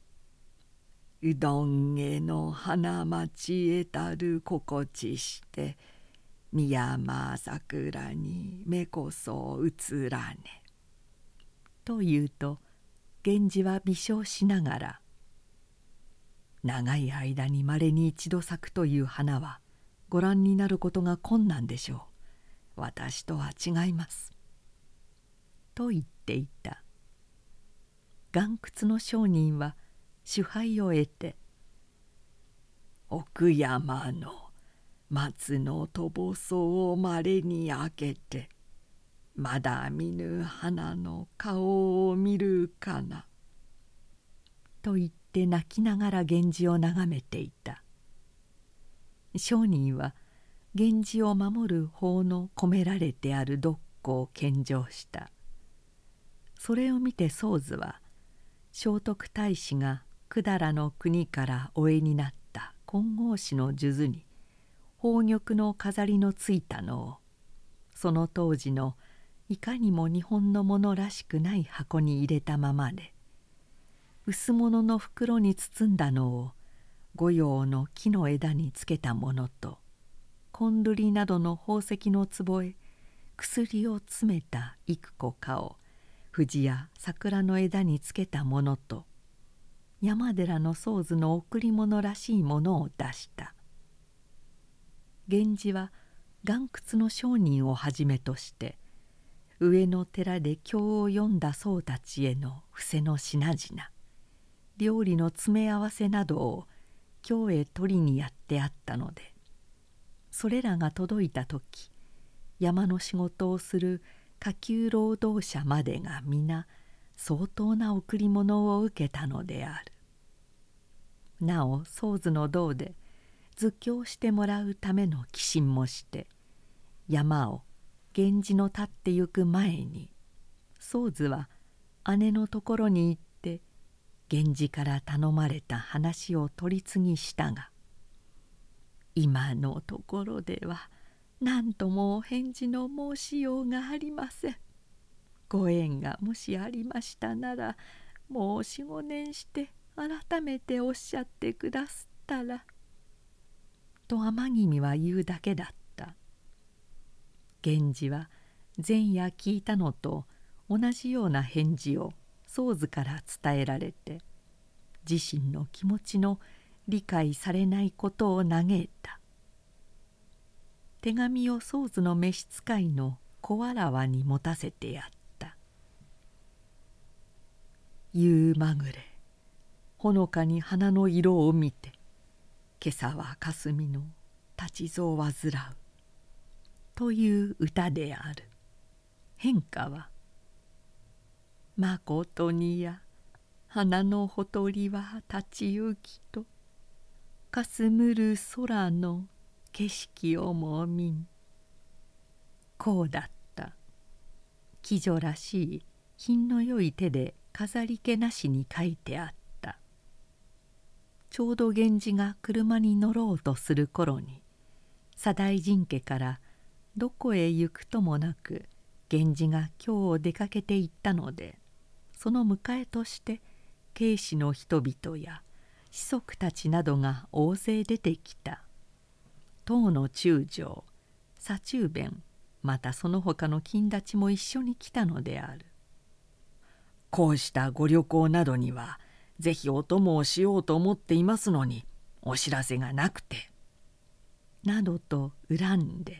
[SPEAKER 1] 「うどんへの花町へたる心地して三山桜に目こそ映らね」と言うと、源氏は微笑しながら「長い間にまれに一度咲くという花はご覧になることが困難でしょう。私とは違います」と言っていた。岩窟の商人は酒杯を得て「奥山の松の飛細をまれに開けてまだ見ぬ花の顔を見るかな」と言って泣きながら源氏を眺めていた。商人は源氏を守る法の込められてある読語を献上した。それを見て宗図は聖徳太子が百済の国からお得になった金剛紙の数珠に宝玉の飾りのついたのをその当時のいかにも日本のものらしくない箱に入れたままで、薄物の袋に包んだのを五葉の木の枝につけたものと、金瑠璃などの宝石の壺へ薬を詰めた幾個かを藤や桜の枝につけたものと、山寺の宗図の贈り物らしいものを出した。源氏は岩窟の商人をはじめとして上の寺で経を読んだ僧たちへの布施の品々、料理の詰め合わせなどを京へ取りにやってあったので、それらが届いた時、山の仕事をする下級労働者までが皆相当な贈り物を受けたのである。なお宗図の道で図教してもらうための寄進もして、山を源氏の立ってゆく前に宗図は姉のところに行って源氏から頼まれた話を取り次ぎしたが、今のところでは何ともお返事の申しようがありません。ご縁がもしありましたなら、もう四五年して改めておっしゃってくだすったら」と天君は言うだけだった。源氏は前夜聞いたのと同じような返事を宗図から伝えられて、自身の気持ちの理解されないことを嘆いた。手紙を宗図の召使いの小わらわに持たせてやった。夕まぐれほのかに花の色を見て、今朝は霞の立ちぞを患うという歌である。変化はまことにや花のほとりは立ち行きとかすむる空の景色をもみん。こうだった。貴女らしい品のよい手で飾り気なしに書いてあった。ちょうど源氏が車に乗ろうとする頃に左大臣家からどこへ行くともなく源氏が京を出かけて行ったので、その迎えとして慶氏の人々や子息たちなどが大勢出てきた。唐の中将左中弁、またその他の金立ちも一緒に来たのである。こうしたご旅行などにはぜひお供をしようと思っていますのに、お知らせがなくて」などと恨んで、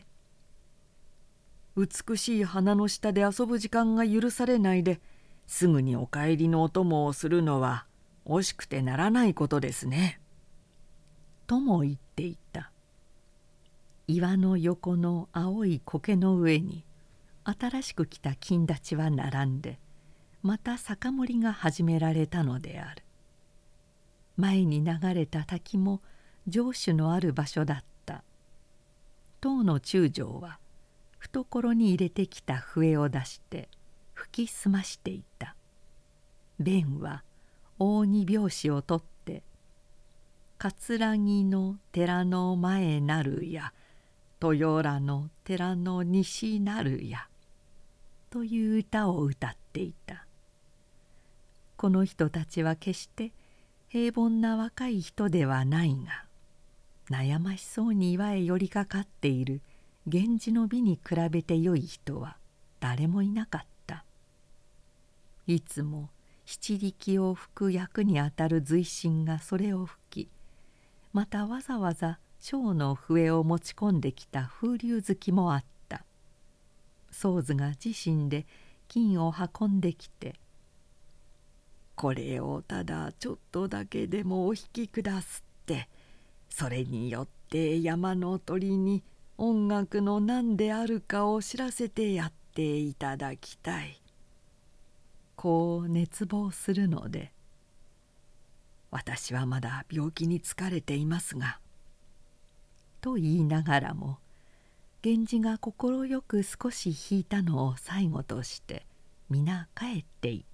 [SPEAKER 1] 美しい花の下で遊ぶ時間が許されないですぐにお帰りのお供をするのは惜しくてならないことですね。とも言っていた。岩の横の青い苔の上に新しく来た金立ちは並んで、また酒盛りが始められたのである。前に流れた滝も城主のある場所だった。唐の中将は懐に入れてきた笛を出して吹き澄ましていた。弁は扇拍子を取って「葛城の寺の前なるや、豊良の寺の西なるや」 という歌を歌っていた。この人たちは決して平凡な若い人ではないが、悩ましそうに岩へ寄りかかっている源氏の美に比べて良い人は誰もいなかった。いつも七力を吹く役にあたる随身がそれを吹き、またわざわざ笙の笛を持ち込んできた風流好きもあった。僧図が自身で金を運んできて、これをただちょっとだけでもお引きくだすって、それによって山の鳥に音楽の何であるかを知らせてやっていただきたい。こう熱望するので、私はまだ病気に疲れていますが、と言いながらも、源氏が快く少し引いたのを最後として皆帰っていった。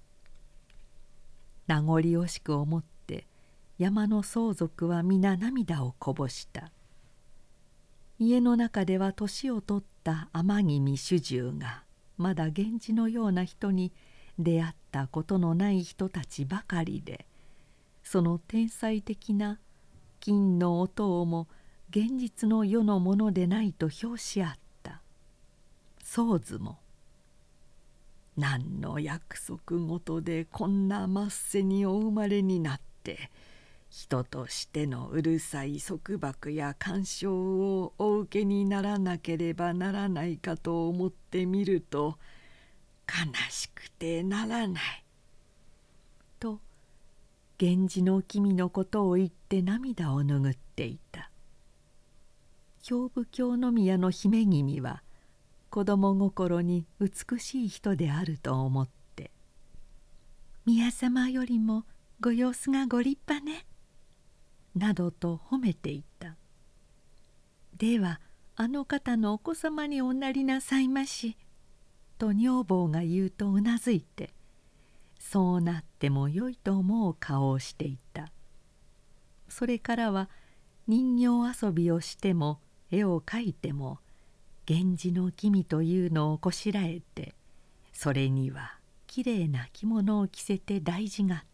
[SPEAKER 1] 名残惜しく思って山の相続は皆涙をこぼした。家の中では年を取った天君主従がまだ源氏のような人に出会ったことのない人たちばかりで、その天才的な金の音をも現実の世のものでないと評し合った。僧図も何の約束事でこんな末世にお生まれになって人としてのうるさい束縛や干渉をお受けにならなければならないかと思ってみると悲しくてならない。と源氏の君のことを言って涙を拭っていた。兵部京宮の姫君は子供心に美しい人であると思って「宮様よりもご様子がご立派ね」などと褒めていた。ではあの方のお子様におなりなさいまし」と女房が言うとうなずいて、そうなってもよいと思う顔をしていた。それからは人形遊びをしても絵を描いても源氏の君というのをこしらえて、それにはきれいな着物を着せて大事がった。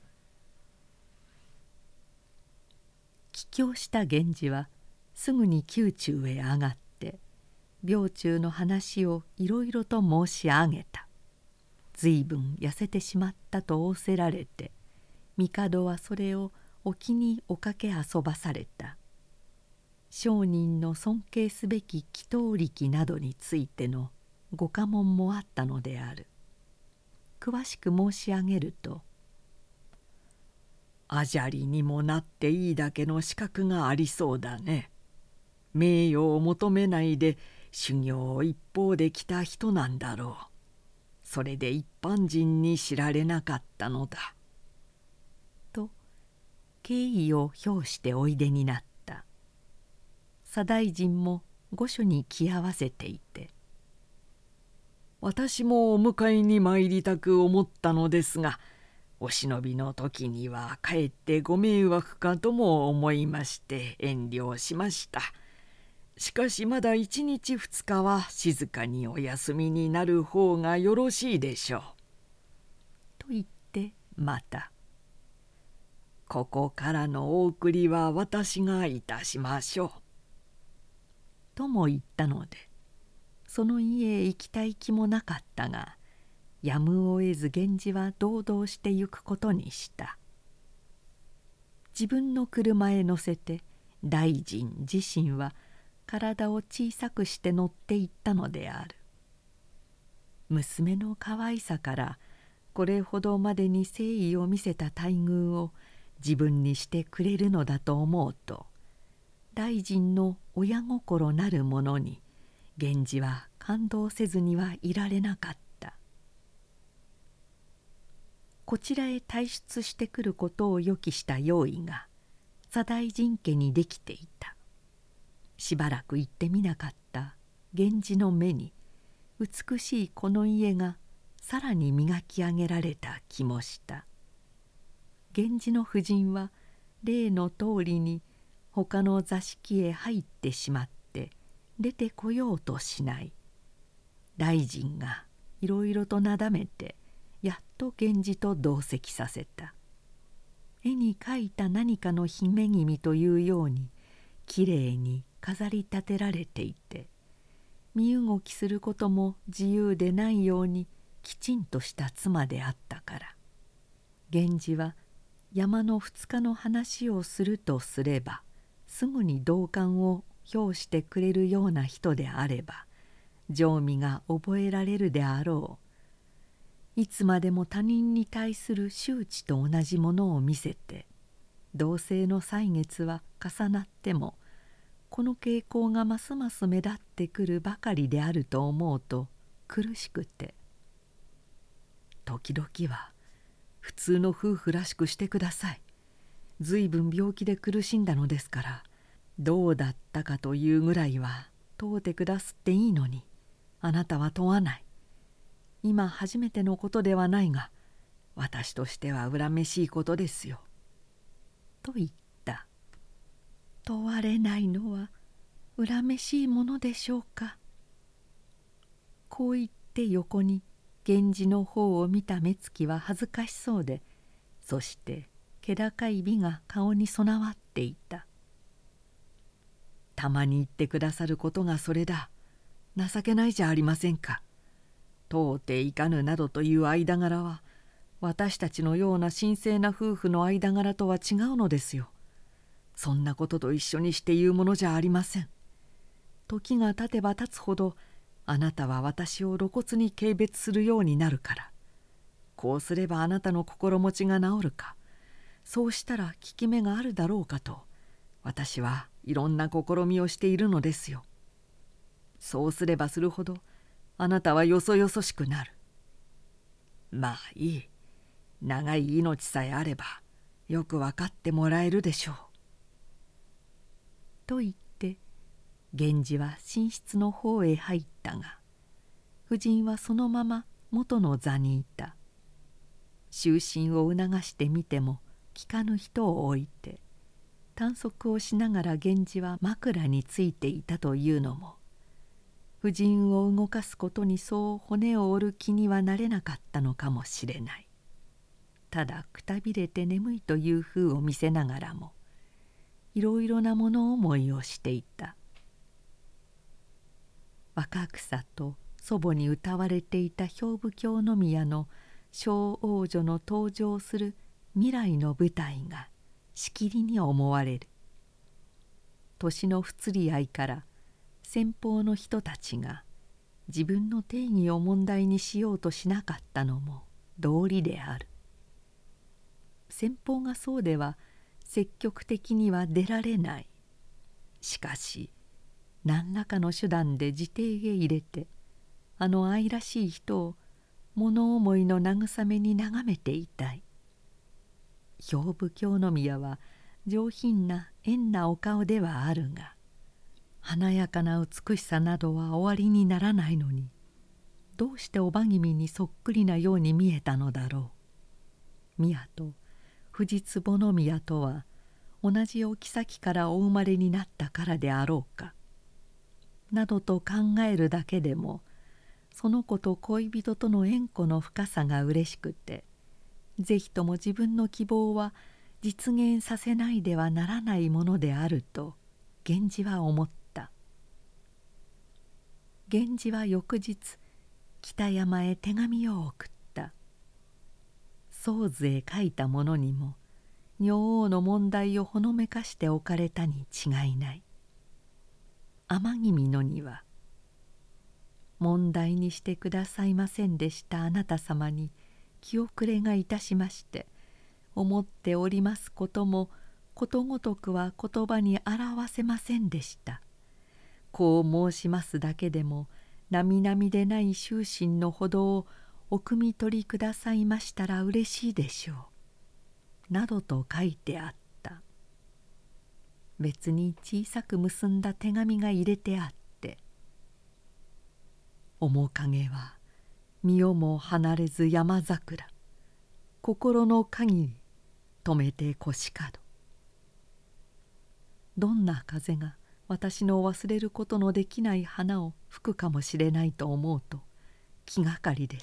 [SPEAKER 1] 帰郷した源氏はすぐに宮中へ上がって病中の話をいろいろと申し上げた。随分痩せてしまったと仰せられて、帝はそれを沖におかけ遊ばされた。商人の尊敬すべき祈祷力などについてのご下問もあったのである。詳しく申し上げると、あじゃりにもなっていいだけの資格がありそうだね。名誉を求めないで修行を一方で来た人なんだろう。それで一般人に知られなかったのだ。と敬意を表しておいでになった。左大臣も御所に来合わせていて、私もお迎えに参りたく思ったのですが、お忍びの時にはかえってご迷惑かとも思いまして遠慮しました。しかしまだ一日二日は静かにお休みになる方がよろしいでしょう。と言ってまた、ここからのお送りは私がいたしましょう。とも言ったので、その家へ行きたい気もなかったが、やむを得ず源氏は堂々して行くことにした。自分の車へ乗せて大臣自身は体を小さくして乗っていったのである。娘の可愛さからこれほどまでに誠意を見せた待遇を自分にしてくれるのだと思うと、大臣の親心なるものに源氏は感動せずにはいられなかった。こちらへ退出してくることを予期した用意が左大臣家にできていた。しばらく行ってみなかった源氏の目に美しいこの家がさらに磨き上げられた気もした。源氏の夫人は例の通りに他の座敷へ入ってしまって出てこようとしない。 大臣がいろいろとなだめてやっと源氏と同席させた。絵に描いた何かの姫君というようにきれいに飾り立てられていて、身動きすることも自由でないようにきちんとした妻であったから、源氏は山の二日の話をするとすればすぐに同感を表してくれるような人であれば情味が覚えられるであろう。いつまでも他人に対する周知と同じものを見せて、同性の歳月は重なってもこの傾向がますます目立ってくるばかりであると思うと苦しくて、時々は普通の夫婦らしくしてください。ずいぶん病気で苦しんだのですから、どうだったかというぐらいは問うてくだすっていいのに、あなたは問わない。今初めてのことではないが、私としては恨めしいことですよ。と言った。問われないのは恨めしいものでしょうか。こう言って横に源氏の方を見た目つきは恥ずかしそうで、そして気高い美が顔に備わっていた。たまに言ってくださることがそれだ。情けないじゃありませんか。到底いかぬなどという間柄は私たちのような神聖な夫婦の間柄とは違うのですよ。そんなことと一緒にして言うものじゃありません。時が経てば経つほどあなたは私を露骨に軽蔑するようになるから、こうすればあなたの心持ちが治るか、そうしたら効き目があるだろうかと私はいろんな試みをしているのですよ。そうすればするほどあなたはよそよそしくなる。まあいい。長い命さえあればよく分かってもらえるでしょう。と言って源氏は寝室の方へ入ったが、夫人はそのまま元の座にいた。就寝を促してみても聞かぬ人を置いて短足をしながら源氏は枕についていたというのも、夫人を動かすことにそう骨を折る気にはなれなかったのかもしれない。ただくたびれて眠いという風を見せながらもいろいろな物思いをしていた。若草と祖母に歌われていた兵部京宮の小王女の登場する未来の舞台がしきりに思われる。年の不釣り合いから先方の人たちが自分の定義を問題にしようとしなかったのも道理である。先方がそうでは積極的には出られない。しかし何らかの手段で自邸へ入れてあの愛らしい人を物思いの慰めに眺めていたい。兵部京宮は上品な縁なお顔ではあるが、華やかな美しさなどはおありにならないのに、どうしておば君にそっくりなように見えたのだろう。宮と藤壺宮とは同じお妃からお生まれになったからであろうかなどと考えるだけでも、その子と恋人との縁故の深さがうれしくて、ぜひとも自分の希望は実現させないではならないものであると源氏は思った。源氏は翌日北山へ手紙を送った。宗図へ書いたものにも女王の問題をほのめかしておかれたに違いない。天君のには「問題にしてくださいませんでしたあなた様に気遅れがいたしまして、思っておりますこともことごとくは言葉に表せませんでした。こう申しますだけでも並々でない終身のほどをお汲み取りくださいましたらうれしいでしょう」などと書いてあった。別に小さく結んだ手紙が入れてあって、面影は身をも離れず山桜、心の限り止めて腰角。どんな風が私の忘れることのできない花を吹くかもしれないと思うと気がかりです。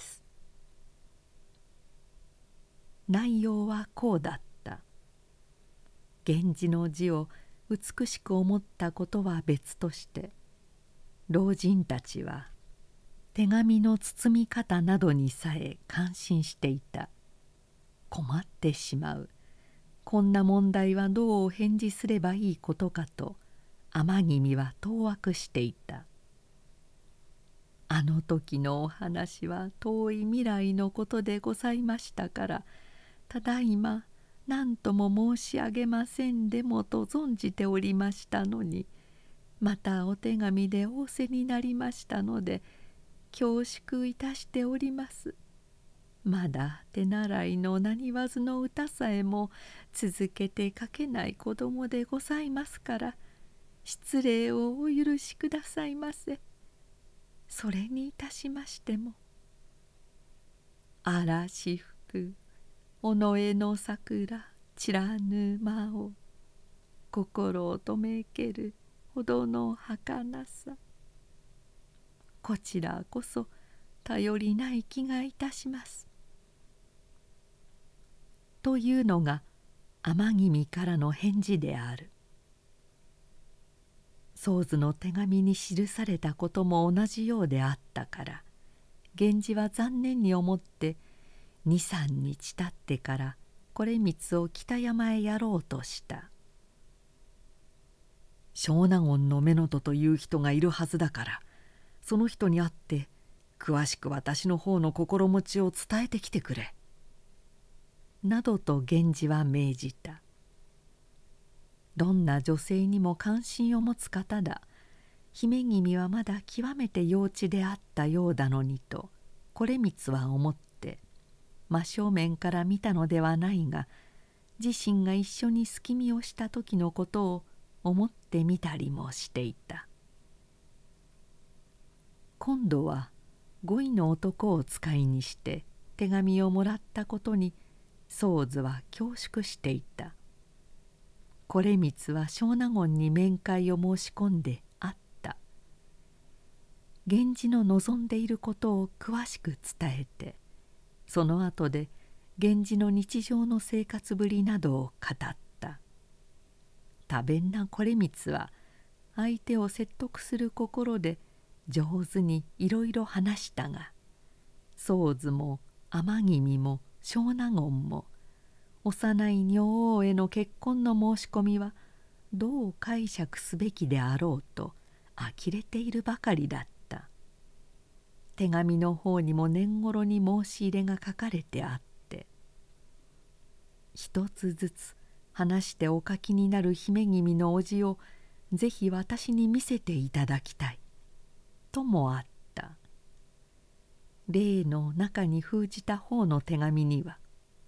[SPEAKER 1] 内容はこうだった。源氏の字を美しく思ったことは別として、老人たちは手紙の包み方などにさえ感心していた。困ってしまう。こんな問題はどうお返事すればいいことかと天君は当惑していた。あの時のお話は遠い未来のことでございましたから、ただいま何とも申し上げませんでもと存じておりましたのに、またお手紙で仰せになりましたので恐縮いたしております。まだ手習いのなにわずの歌さえも続けて書けない子供でございますから、失礼をお許しくださいませ。それにいたしましても、嵐吹く尾上の桜散らぬ間を、心をとめけるほどの儚さ、こちらこそ頼りない気がいたします。というのが天君からの返事である。宗図の手紙に記されたことも同じようであったから、源氏は残念に思って二三日経ってから惟光を北山へやろうとした。
[SPEAKER 2] 小納言の乳母という人がいるはずだから、その人に会って詳しく私の方の心持ちを伝えてきてくれ。
[SPEAKER 1] などと源氏は命じた。どんな女性にも関心を持つ方だ。姫君はまだ極めて幼稚であったようだのにと惟光は思って真正面から見たのではないが、自身が一緒に隙見をした時のことを思ってみたりもしていた。今度は御意の男を使いにして手紙をもらったことに宗図は恐縮していた。惟光は小納言に面会を申し込んであった。源氏の望んでいることを詳しく伝えて、その後で源氏の日常の生活ぶりなどを語った。多弁な惟光は相手を説得する心で上手にいろいろ話したが、宗図も天君も小納言も幼い女王への結婚の申し込みはどう解釈すべきであろうと呆れているばかりだった。手紙の方にも年頃に申し入れが書かれてあって、一つずつ話してお書きになる姫君の叔父をぜひ私に見せていただきたいともあった。例の中に封じた方の手紙には、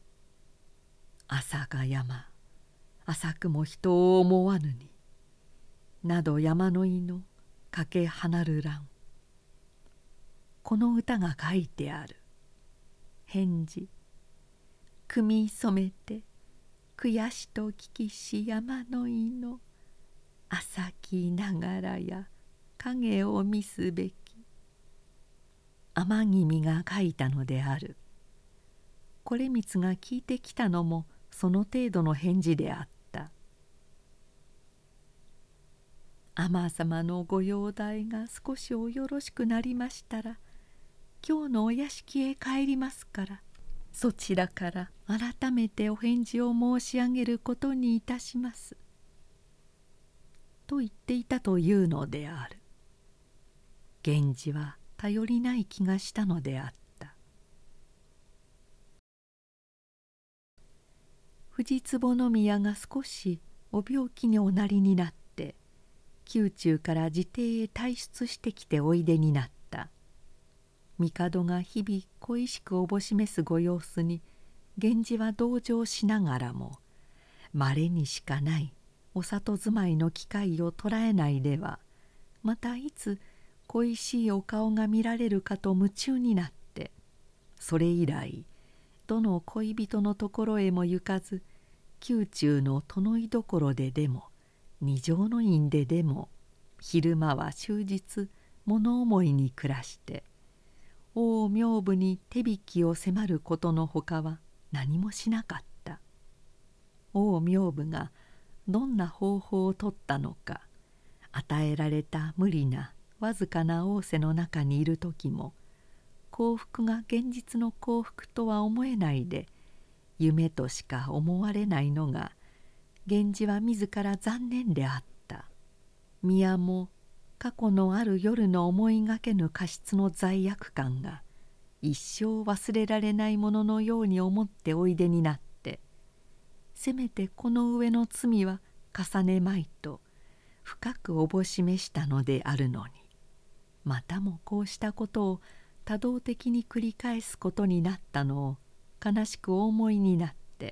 [SPEAKER 1] 朝が山浅くも人を思わぬになど山の井のかけ離る欄、この歌が書いてある。返事、組み染めて悔しと聞きし山の井の浅きながらや影を見すべき。天君が書いたのである。惟光が聞いてきたのもその程度の返事であった。尼様のご容体が少しおよろしくなりましたら、今日のお屋敷へ帰りますから、そちらから改めてお返事を申し上げることにいたします。と言っていたというのである。源氏は頼りない気がしたのであった。藤壺宮が少しお病気におなりになって宮中から自邸へ退出してきておいでになった。帝が日々恋しくおぼしめすご様子に源氏は同情しながらも、まれにしかないお里住まいの機会を捉えないでは、またいつ恋しいお顔が見られるかと夢中になって、それ以来どの恋人のところへも行かず、宮中の殿居所ででも二条の院ででも昼間は終日物思いに暮らして、 王明部に手引きを迫ることのほかは何もしなかった。王明部がどんな方法をとったのか、与えられた無理なわずかな仰せの中にいる時も幸福が現実の幸福とは思えないで夢としか思われないのが源氏は自ら残念であった。宮も過去のある夜の思いがけぬ過失の罪悪感が一生忘れられないもののように思っておいでになって、せめてこの上の罪は重ねまいと深くおぼしめしたのであるのに、またもこうしたことを多動的に繰り返すことになったのを悲しくお思いになって、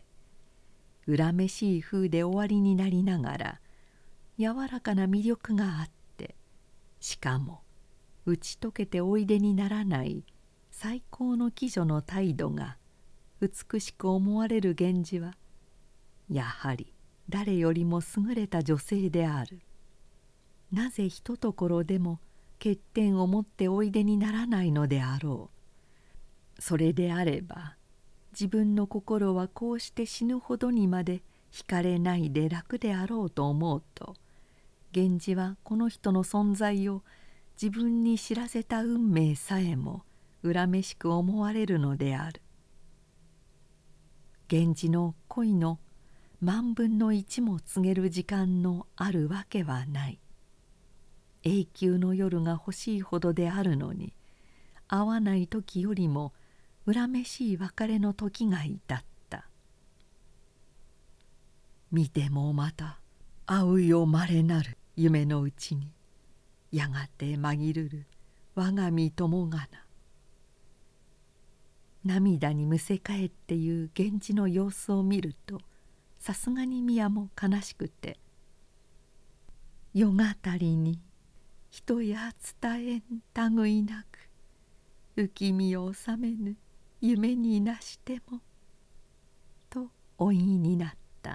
[SPEAKER 1] 恨めしい風で終わりになりながら柔らかな魅力があって、しかも打ち解けておいでにならない最高の貴女の態度が美しく思われる源氏はやはり誰よりも優れた女性である。なぜひとところでも欠点を持っておいでにならないのであろう。それであれば自分の心はこうして死ぬほどにまで惹かれないで楽であろうと思うと、源氏はこの人の存在を自分に知らせた運命さえも恨めしく思われるのである。源氏の恋の万分の一も告げる時間のあるわけはない。永久の夜が欲しいほどであるのに、会わない時よりも恨めしい別れの時が至った。見てもまた会うよまれなる夢のうちに、やがて紛るる我が身友がな。涙にむせ返っていう源氏の様子を見ると、さすがに宮も悲しくて、夜語りに人や伝えん類なく、浮みを収めぬ夢になしてもとお言いになった。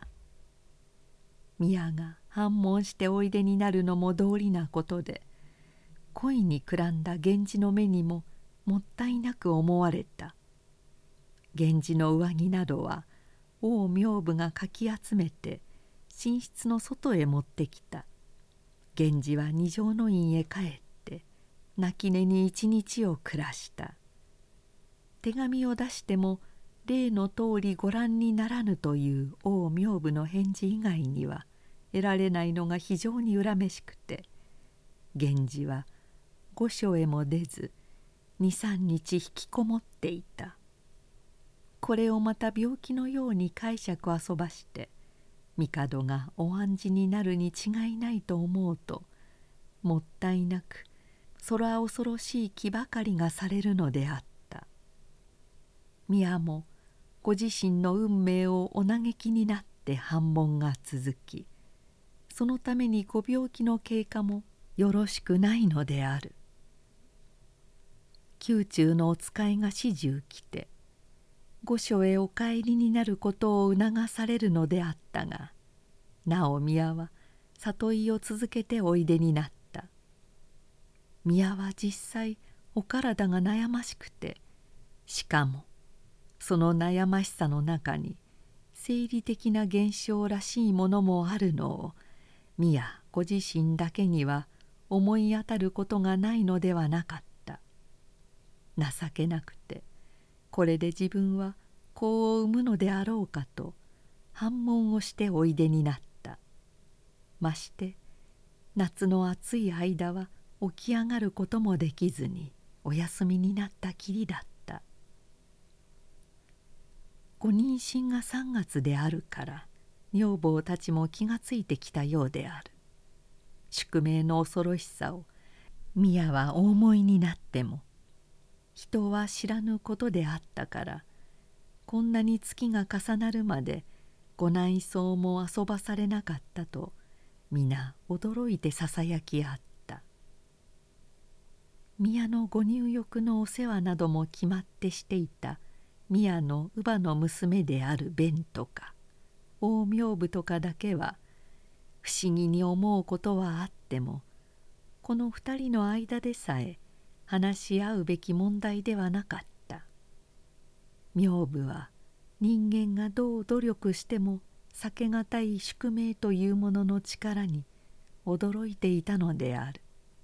[SPEAKER 1] 宮が反問しておいでになるのも道理なことで、恋にくらんだ源氏の目にももったいなく思われた。源氏の上着などは王明部がかき集めて寝室の外へ持ってきた。源氏は二条の院へ帰って泣き寝に一日を暮らした。手紙を出しても例の通りご覧にならぬという王明部の返事以外には得られないのが非常に恨めしくて、源氏は御所へも出ず二三日引きこもっていた。これをまた病気のように解釈遊ばして帝がお案じになるに違いないと思うと、もったいなく空恐ろしい気ばかりがされるのであった。宮もご自身の運命をお嘆きになって反問が続き、そのためにご病気の経過もよろしくないのである。宮中のお使いが始終来て御所へお帰りになることを促されるのであったが、なお宮は里居を続けておいでになった。宮は実際お体が悩ましくて、しかもその悩ましさの中に生理的な現象らしいものもあるのを宮ご自身だけには思い当たることがないのではなかった。情けなくてこれで自分は子を産むのであろうかと反問をしておいでになった。まして夏の暑い間は起き上がることもできずにお休みになったきりだった。ご妊娠がさんがつであるから女房たちも気がついてきたようである。宿命の恐ろしさを宮はお思いになっても、人は知らぬことであったから、こんなに月が重なるまでご内装も遊ばされなかったと皆驚いてささやきあった。宮のご入浴のお世話なども決まってしていた宮の乳母の娘である弁とか王明部とかだけは不思議に思うことはあっても、この二人の間でさえ話し合うべき問題ではなかった。名部は人間がどう努力しても避けがたい宿命というものの力に驚いていたのである。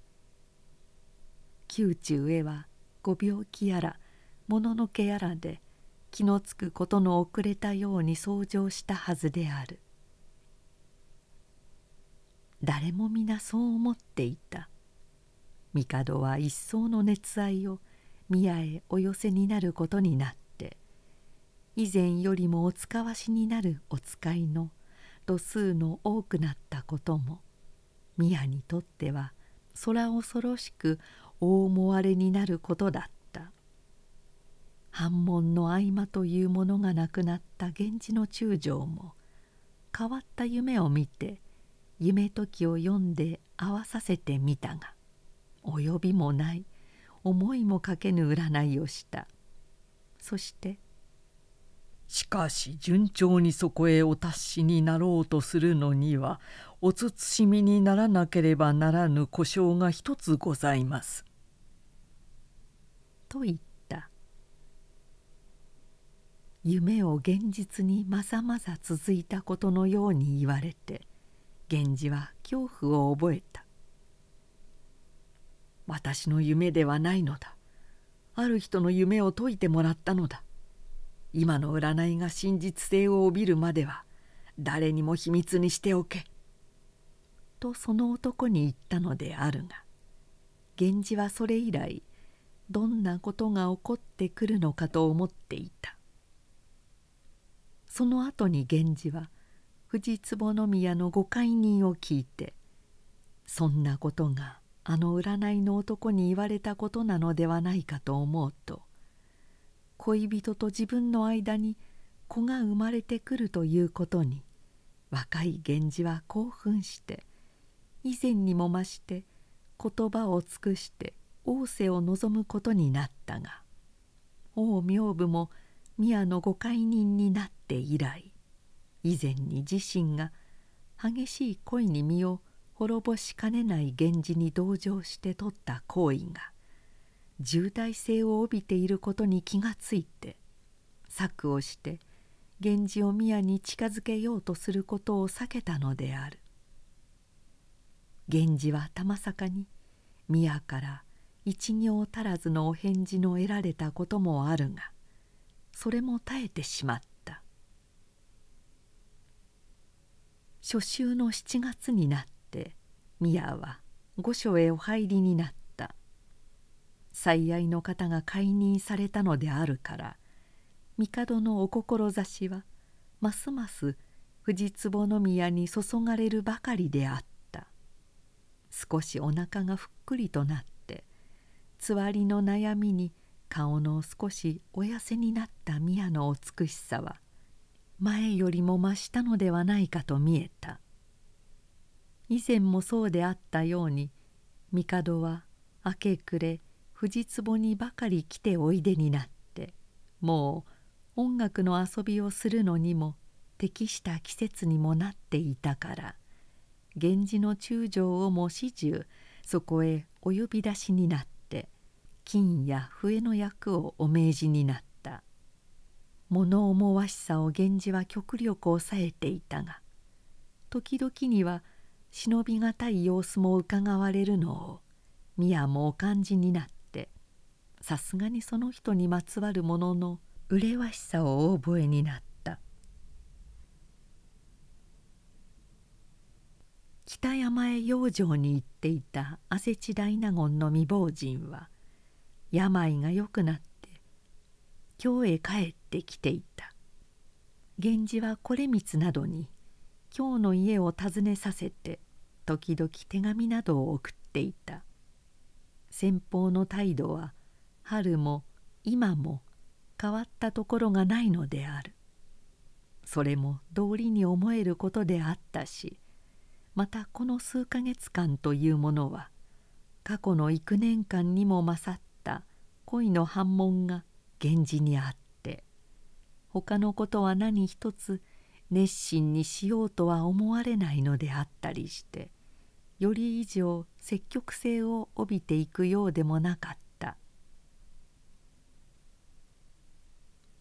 [SPEAKER 1] 宮中へはご病気やらもののけやらで気のつくことの遅れたように奏上したはずである。誰も皆そう思っていた。帝は一層の熱愛を宮へお寄せになることになって以前よりもお使わしになるお使いの度数の多くなったことも宮にとっては空恐ろしく大思われになることだった。反問の合間というものがなくなった源氏の中将も変わった夢を見て夢解きを読んで合わさせてみたが及びもない思いもかけぬ占いをした。そして
[SPEAKER 2] 「しかし順調にそこへお達しになろうとするのにはお慎みにならなければならぬ故障が一つございます」
[SPEAKER 1] と言った。夢を現実にまざまざ続いたことのように言われて源氏は恐怖を覚えた。私の夢ではないのだ。ある人の夢を解いてもらったのだ。今の占いが真実性を帯びるまでは誰にも秘密にしておけ。とその男に言ったのであるが源氏はそれ以来どんなことが起こってくるのかと思っていた。その後に源氏は藤壺宮のご懐人を聞いてそんなことがあの占いの男に言われたことなのではないかと思うと恋人と自分の間に子が生まれてくるということに若い源氏は興奮して以前にも増して言葉を尽くして仰せを望むことになったが王明武も宮のご懐人になって以来以前に自身が激しい恋に身を滅ぼしかねない源氏に同情して取った行為が重大性を帯びていることに気がついて策をして源氏を宮に近づけようとすることを避けたのである。源氏はたまさかに宮から一行足らずのお返事の得られたこともあるがそれも耐えてしまった。初秋の七月になって宮は御所へお入りになった。最愛の方が解任されたのであるから帝のお志はますます藤壺宮に注がれるばかりであった。少しお腹がふっくりとなってつわりの悩みに顔の少しお痩せになった宮のお美しさは前よりも増したのではないかと見えた。以前もそうであったように帝は明け暮れ藤壺にばかり来ておいでになってもう音楽の遊びをするのにも適した季節にもなっていたから源氏の中将をも始終そこへお呼び出しになって金や笛の役をお命じになった。物思わしさを源氏は極力抑えていたが時々には忍びがたい様子もうかがわれるのを宮もお感じになってさすがにその人にまつわるものの麗しさをお覚えになった。北山へ養生に行っていた汗地大納言の未亡人は病が良くなって京へ帰ってきていた。源氏は惟光などに京の家を訪ねさせて時々手紙などを送っていた。先方の態度は春も今も変わったところがないのである。それも道理に思えることであったしまたこの数ヶ月間というものは過去の幾年間にも勝った恋の反問が源氏にあって他のことは何一つ熱心にしようとは思われないのであったりしてより以上積極性を帯びていくようでもなかった。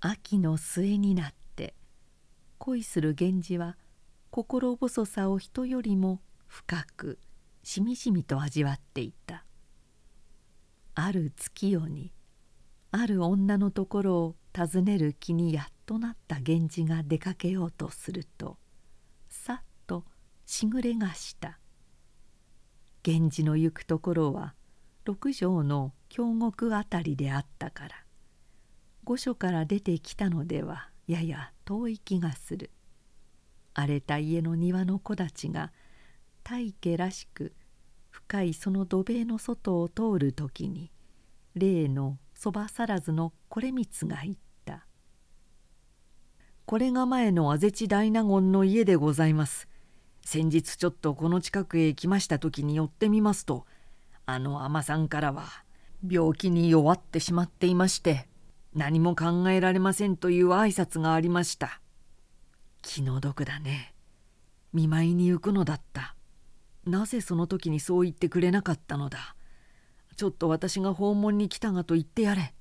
[SPEAKER 1] 秋の末になって恋する源氏は心細さを人よりも深くしみじみと味わっていた。ある月夜にある女のところを訪ねる気にやっとなった源氏が出かけようとするとさっとしぐれがした。源氏の行くところは六条の京極あたりであったから御所から出てきたのではやや遠い気がする。荒れた家の庭の木立が大家らしく深いその土塀の外を通る時に例のそばさらずの惟光が言った「これが前のあぜち大納言の家でございます。先日ちょっとこの近くへ来ました時に寄ってみますとあの尼さんからは病気に弱ってしまっていまして何も考えられませんという挨拶がありました。気の毒だね。見舞いに行くのだった。なぜその時にそう言ってくれなかったのだ。ちょっと私が訪問に来たがと言ってやれ。」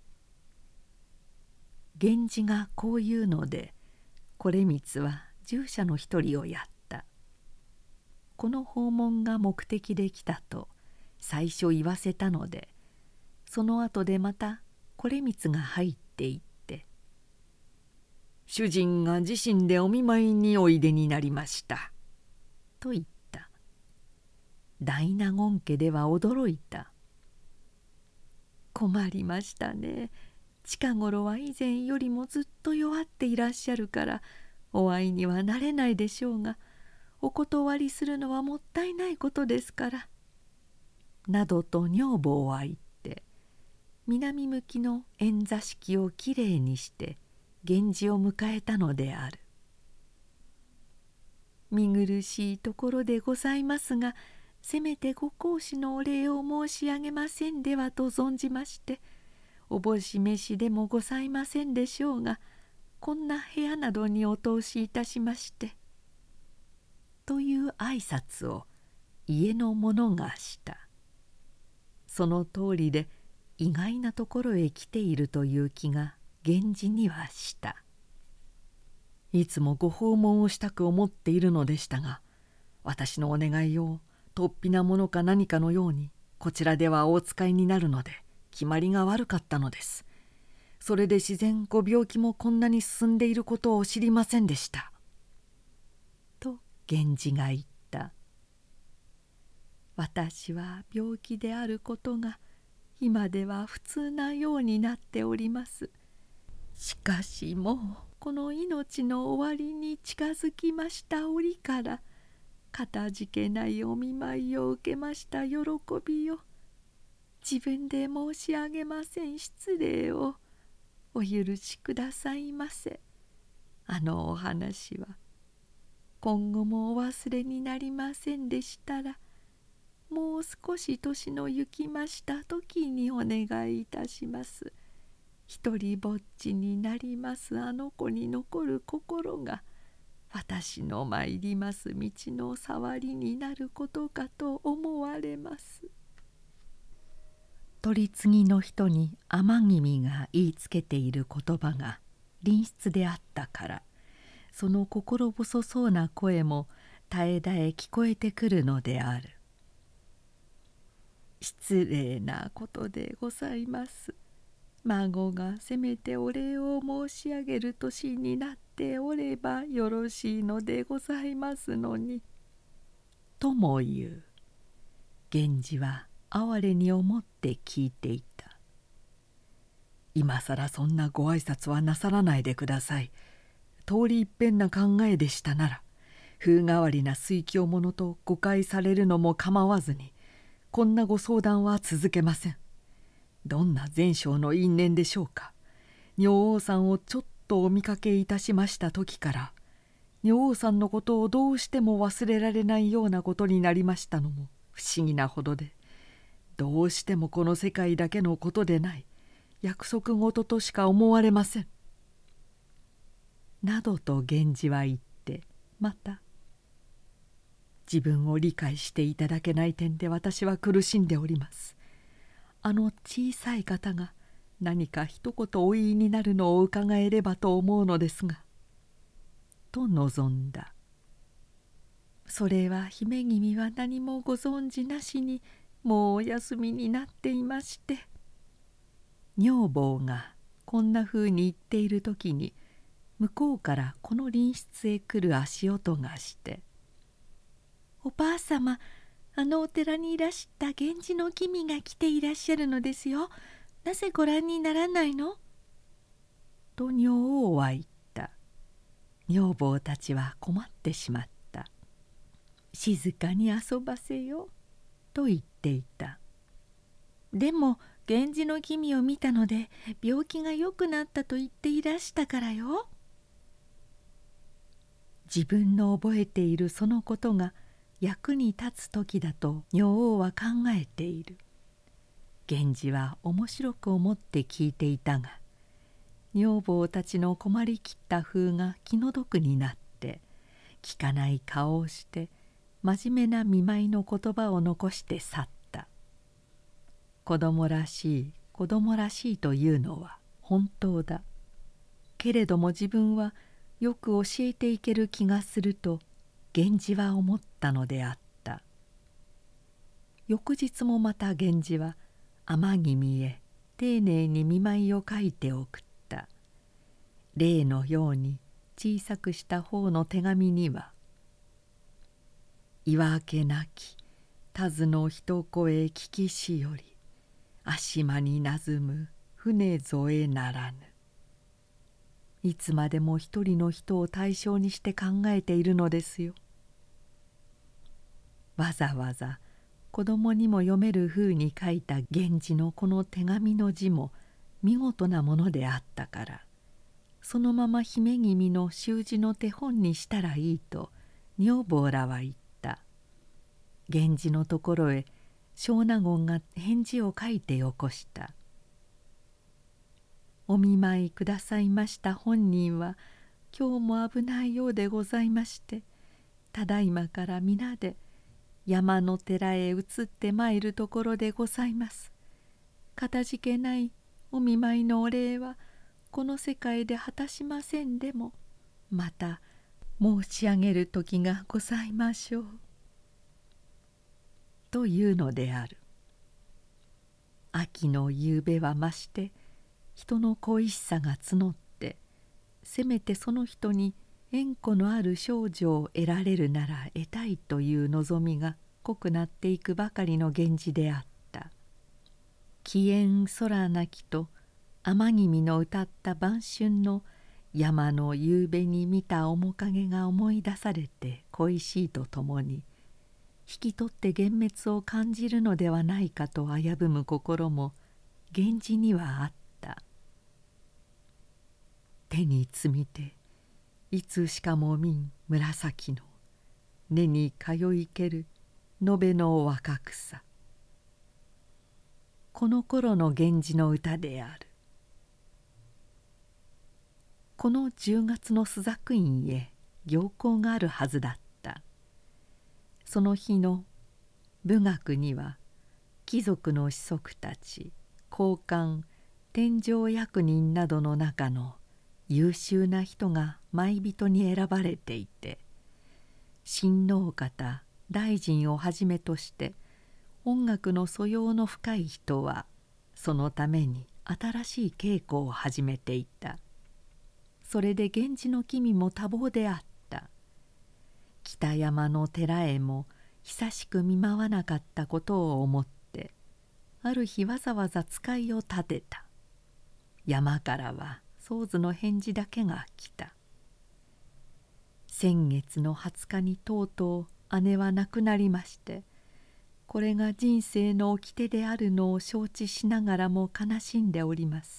[SPEAKER 1] 源氏がこう言うので惟光は従者の一人をやった。この訪問が目的で来たと最初言わせたのでその後でまた惟光が入っていって「主人が自身でお見舞いにおいでになりました」と言った。大納言家では驚いた。困りましたね。近頃は以前よりもずっと弱っていらっしゃるからお会いにはなれないでしょうがお断りするのはもったいないことですから」などと女房は言って南向きの縁座敷をきれいにして源氏を迎えたのである。見苦しいところでございますがせめてご公子のお礼を申し上げませんではと存じましておぼし飯でもございませんでしょうがこんな部屋などにお通しいたしまして」という挨拶を家の者がした。その通りで意外なところへ来ているという気が源氏にはした。いつもご訪問をしたく思っているのでしたが私のお願いを突飛なものか何かのようにこちらではお使いになるので決まりが悪かったのです。それで自然ご病気もこんなに進んでいることを知りませんでした。と源氏が言った。私は病気であることが今では普通なようになっております。しかしもうこの命の終わりに近づきました折からかたじけないお見舞いを受けました喜びを自分で申し上げません失礼をお許しくださいませ。あのお話は今後もお忘れになりませんでしたらもう少し年の行きました時にお願いいたします。一人ぼっちになりますあの子に残る心が私の参ります道の触りになることかと思われます。取り次ぎの人に天君が言いつけている言葉が隣室であったからその心細そうな声も絶え絶え聞こえてくるのである。失礼なことでございます。孫がせめてお礼を申し上げる年になっておればよろしいのでございますのに。とも言う。源氏は哀れに思って聞いていた。今さらそんなご挨拶はなさらないでください。通り一遍な考えでしたなら風変わりな推挙者と誤解されるのも構わずにこんなご相談は続けません。どんな前生の因縁でしょうか。女王さんをちょっとお見かけいたしました時から女王さんのことをどうしても忘れられないようなことになりましたのも不思議なほどでどうしてもこの世界だけのことでない約束事としか思われません。などと源氏は言ってまた自分を理解していただけない点で私は苦しんでおります。あの小さい方が何か一言お言いになるのを伺えればと思うのですが」と望んだ。それは姫君は何もご存じなしにもうお休みになっていまして。女房がこんなふうに言っている時に向こうからこの隣室へ来る足音がして「おばあさま、あのお寺にいらした源氏の君が来ていらっしゃるのですよ。なぜご覧にならないの?」と女王は言った。女房たちは困ってしまった。「静かに遊ばせよ」と言っていた。でも源氏の君を見たので病気が良くなったと言っていらしたからよ。自分の覚えているそのことが役に立つ時だと女王は考えている。源氏は面白く思って聞いていたが、女房たちの困りきった風が気の毒になって聞かない顔をして真面目な見舞いの言葉を残して去った。子供らしい子供らしいというのは本当だ。けれども自分はよく教えていける気がすると源氏は思ったのであった。翌日もまた源氏は天君へ丁寧に見舞いを書いて送った。例のように小さくした方の手紙には「言わけなき田津の一声聞きしより足間になずむ船添えならぬ」いつまでも一人の人を対象にして考えているのですよ。わざわざ子供にも読める風に書いた源氏のこの手紙の字も見事なものであったから、そのまま姫君の習字の手本にしたらいいと女房らは言った。源氏のところへ小納言が返事を書いてよこした。お見舞いくださいました本人は今日も危ないようでございまして、ただいまから皆で山の寺へ移ってまいるところでございます。かたじけないお見舞いのお礼はこの世界で果たしませんでも、また申し上げる時がございましょう。というのである。秋の夕べは増して人の恋しさが募って、せめてその人に縁故のある少女を得られるなら得たいという望みが濃くなっていくばかりの源氏であった。奇縁空なきと天君の歌った晩春の山の夕べに見た面影が思い出されて恋しいとともに、引き取って幻滅を感じるのではないかと危ぶむ心も源氏にはあった。手につみていつしかも見ん紫の根に通いける延べの若草。この頃の源氏の歌である。このじゅうがつの朱雀院へ行幸があるはずだった。その日の舞楽には貴族の子息たち、高官、天上役人などの中の優秀な人が舞人に選ばれていて、親王方大臣をはじめとして音楽の素養の深い人はそのために新しい稽古を始めていた。それで源氏の君も多忙であった。北山の寺へも久しく見舞わなかったことを思ってある日わざわざ使いを立てた。山からは宗図の返事だけが来た。先月のはつかにとうとう姉は亡くなりまして、これが人生の掟であるのを承知しながらも悲しんでおります。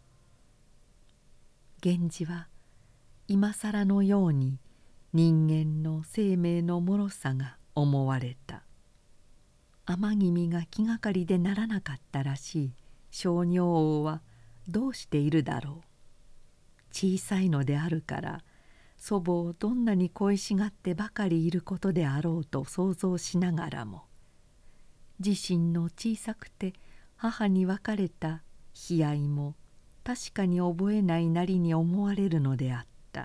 [SPEAKER 1] 源氏は今更のように人間の生命の脆さが思われた。天君が気がかりでならなかったらしい小女王はどうしているだろう。小さいのであるから祖母をどんなに恋しがってばかりいることであろうと想像しながらも、自身の小さくて母に別れた悲哀も確かに覚えないなりに思われるのであった。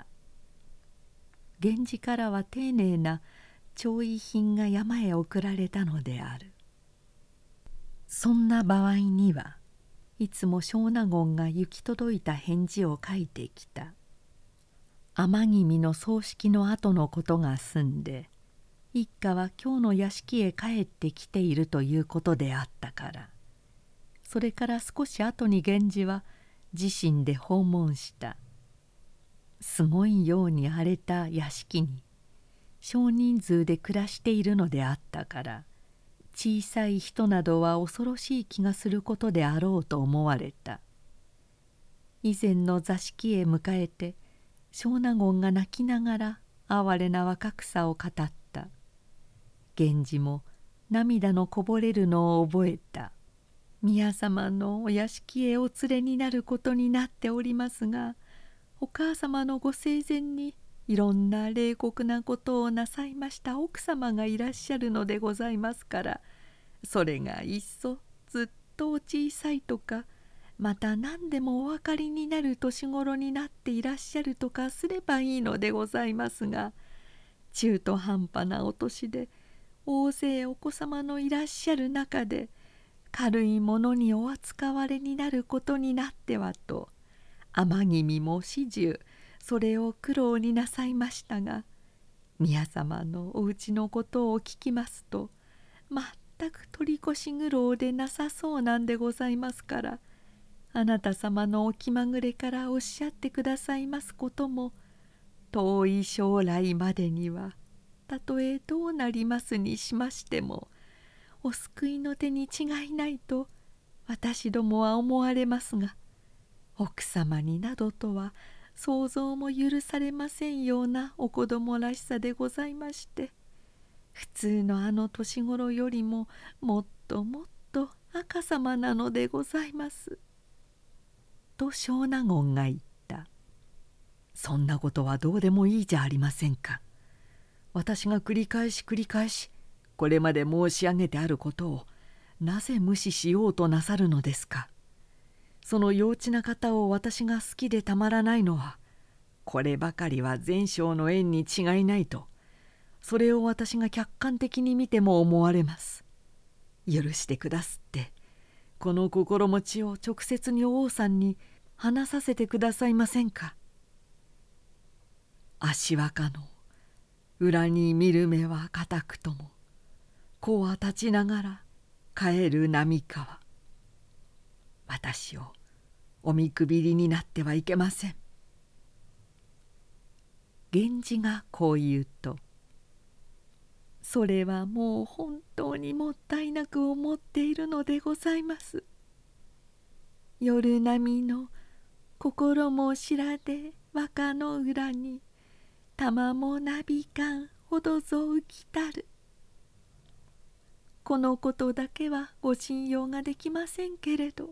[SPEAKER 1] 源氏からは丁寧な調意品が山へ送られたのである。そんな場合にはいつも小納言が行き届いた返事を書いてきた。天君の葬式の後のことが済んで一家は今日の屋敷へ帰ってきているということであったから、それから少し後に源氏は自身で訪問した。すごいように荒れた屋敷に少人数で暮らしているのであったから、小さい人などは恐ろしい気がすることであろうと思われた。以前の座敷へ迎えて小納言が泣きながら哀れな若草を語った。源氏も涙のこぼれるのを覚えた。宮様のお屋敷へお連れになることになっておりますが、お母様のご生前にいろんな冷酷なことをなさいました奥様がいらっしゃるのでございますから、それがいっそずっとお小さいとか、また何でもお分かりになる年頃になっていらっしゃるとかすればいいのでございますが、中途半端なお年で大勢お子様のいらっしゃる中で軽いものにお扱われになることになってはと、天君も始終それを苦労になさいましたが、宮様のお家のことを聞きますと全く取り越し苦労でなさそうなんでございますから、あなた様のお気まぐれからおっしゃってくださいますことも、遠い将来までにはたとえどうなりますにしましてもお救いの手に違いないと私どもは思われますが、奥様になどとは想像も許されませんようなお子供らしさでございまして、普通のあの年頃よりももっともっと赤様なのでございます。と小納言が言った。そんなことはどうでもいいじゃありませんか。私が繰り返し繰り返しこれまで申し上げてあることをなぜ無視しようとなさるのですか。その幼稚な方を私が好きでたまらないのは、こればかりは前生の縁に違いないと、それを私が客観的に見ても思われます。許してくだすってこの心持ちを直接に王さんに話させてくださいませんか。足若の裏に見る目は固くとも、子は立ちながら帰る波川。私をお見くびりになってはいけません。源氏がこう言うと、それはもう本当にもったいなく思っているのでございます。夜波の心も白で若の裏に玉もなびかんほどぞ浮きたる。このことだけはご信用ができませんけれど。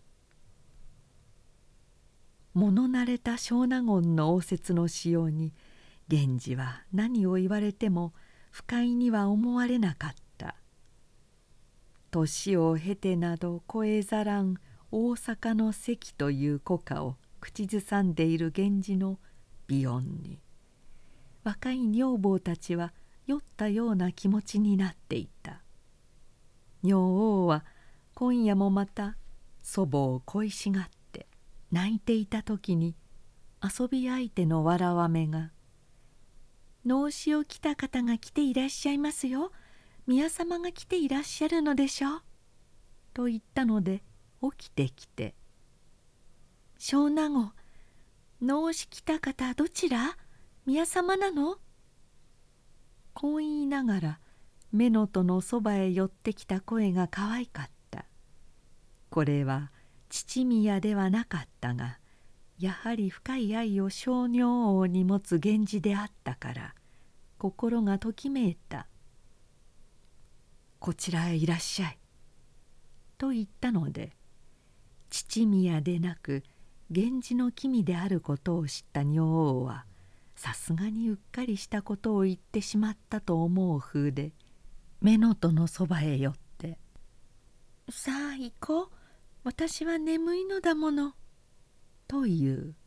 [SPEAKER 1] 物慣れた小納言の応接のしように源氏は何を言われても不快には思われなかった。年を経てなど越えざらん大阪の関という古歌を口ずさんでいる源氏の美音に若い女房たちは酔ったような気持ちになっていた。女王は今夜もまた祖母を恋しがって泣いていた時に遊び相手のわらわめが「脳死を来た方が来ていらっしゃいますよ。宮様が来ていらっしゃるのでしょう」と言ったので起きてきて「小納言、脳死来た方どちら？宮様なの？」こう言いながら乳母のそばへ寄ってきた声が可愛かった。これは父宮ではなかったが、やはり深い愛を小女王に持つ源氏であったから心がときめいた。「こちらへいらっしゃい」と言ったので、父宮でなく源氏の君であることを知った女王はさすがにうっかりしたことを言ってしまったと思う風で乳母のそばへ寄って「さあ行こう。 私は眠いのだもの」と言う。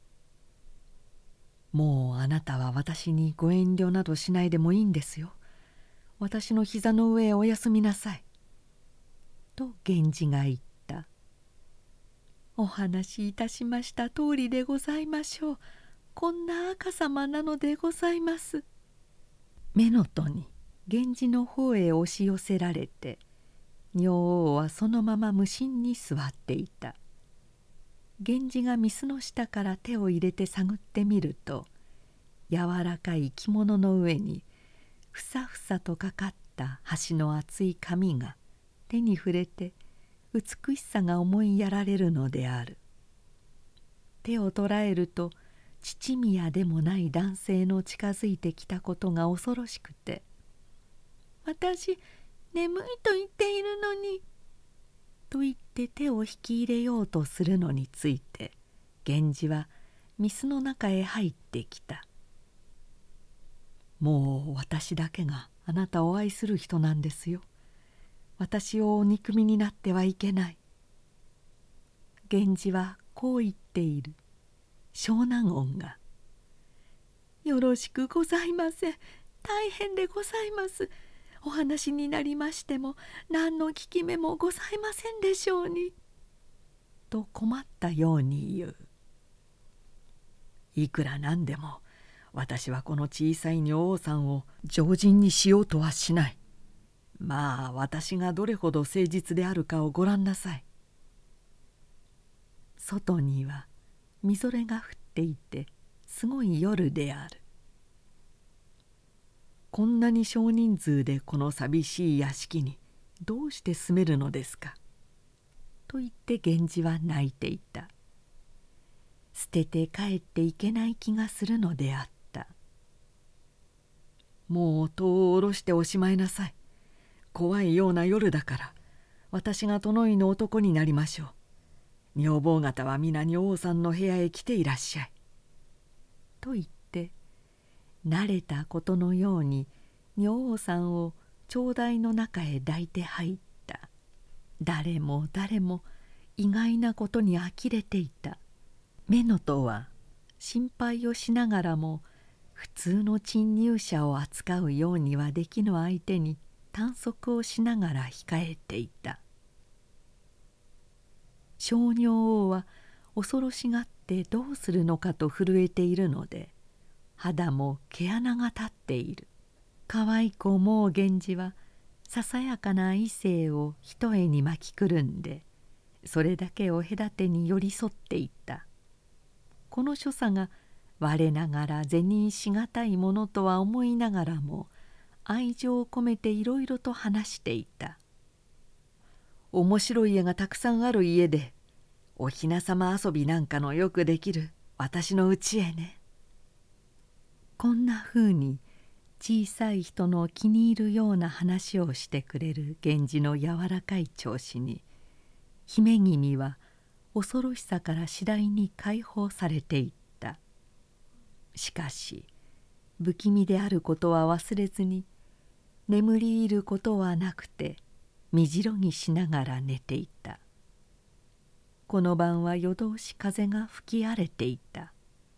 [SPEAKER 2] もうあなたは私にご遠慮などしないでもいいんですよ。私の膝の上へお休みなさい。
[SPEAKER 1] と源氏が言った。お話しいたしました通りでございましょう。こんな赤様なのでございます。乳母に源氏の方へ押し寄せられて、女王はそのまま無心に座っていた。源氏が御簾の下から手を入れて探ってみると、柔らかい着物の上にふさふさとかかった端の厚い髪が手に触れて美しさが思いやられるのである。手を捉えると父宮でもない男性の近づいてきたことが恐ろしくて「私眠いと言っているのに」と言って手を引き入れようとするのについて、源氏は御簾の中へ入ってきた。
[SPEAKER 2] もう私だけがあなたを愛する人なんですよ。私をお憎みになってはいけない。
[SPEAKER 1] 源氏はこう言っている。湘南音が「よろしくございません。大変でございます。お話になりましても何の効き目もございませんでしょうに」と困ったように言う。
[SPEAKER 2] いくらなんでも私はこの小さい女王さんを常人にしようとはしない。まあ私がどれほど誠実であるかをご覧なさい。
[SPEAKER 1] 外にはみぞれが降っていてすごい夜である。
[SPEAKER 2] こんなに少人数でこの寂しい屋敷にどうして住めるのですか。
[SPEAKER 1] と言って源氏は泣いていた。捨てて帰っていけない気がするのであった。
[SPEAKER 2] もう戸を下ろしておしまいなさい。怖いような夜だから私が殿井の男になりましょう。女房方は皆女王さんの部屋へ来ていらっしゃい。
[SPEAKER 1] と言って慣れたことのように女王さんを帳台の中へ抱いて入った。誰も誰も意外なことに呆れていた。乳母は心配をしながらも普通の侵入者を扱うようにはできぬ相手に探索をしながら控えていた。小女王は恐ろしがってどうするのかと震えているので肌も毛穴が立っている。可愛く思う源氏はささやかな異性を一重に巻きくるんでそれだけを隔てに寄り添っていった。この所作が我ながら是認しがたいものとは思いながらも愛情を込めていろいろと話していた。
[SPEAKER 2] 面白い家がたくさんある家でお雛様遊びなんかのよくできる私の家へね。
[SPEAKER 1] こんなふうに小さい人の気に入るような話をしてくれる源氏の柔らかい調子に姫君は恐ろしさから次第に解放されていった。しかし不気味であることは忘れずに眠り入ることはなくてみじろぎしながら寝ていた。この晩は夜通し風が吹き荒れていた。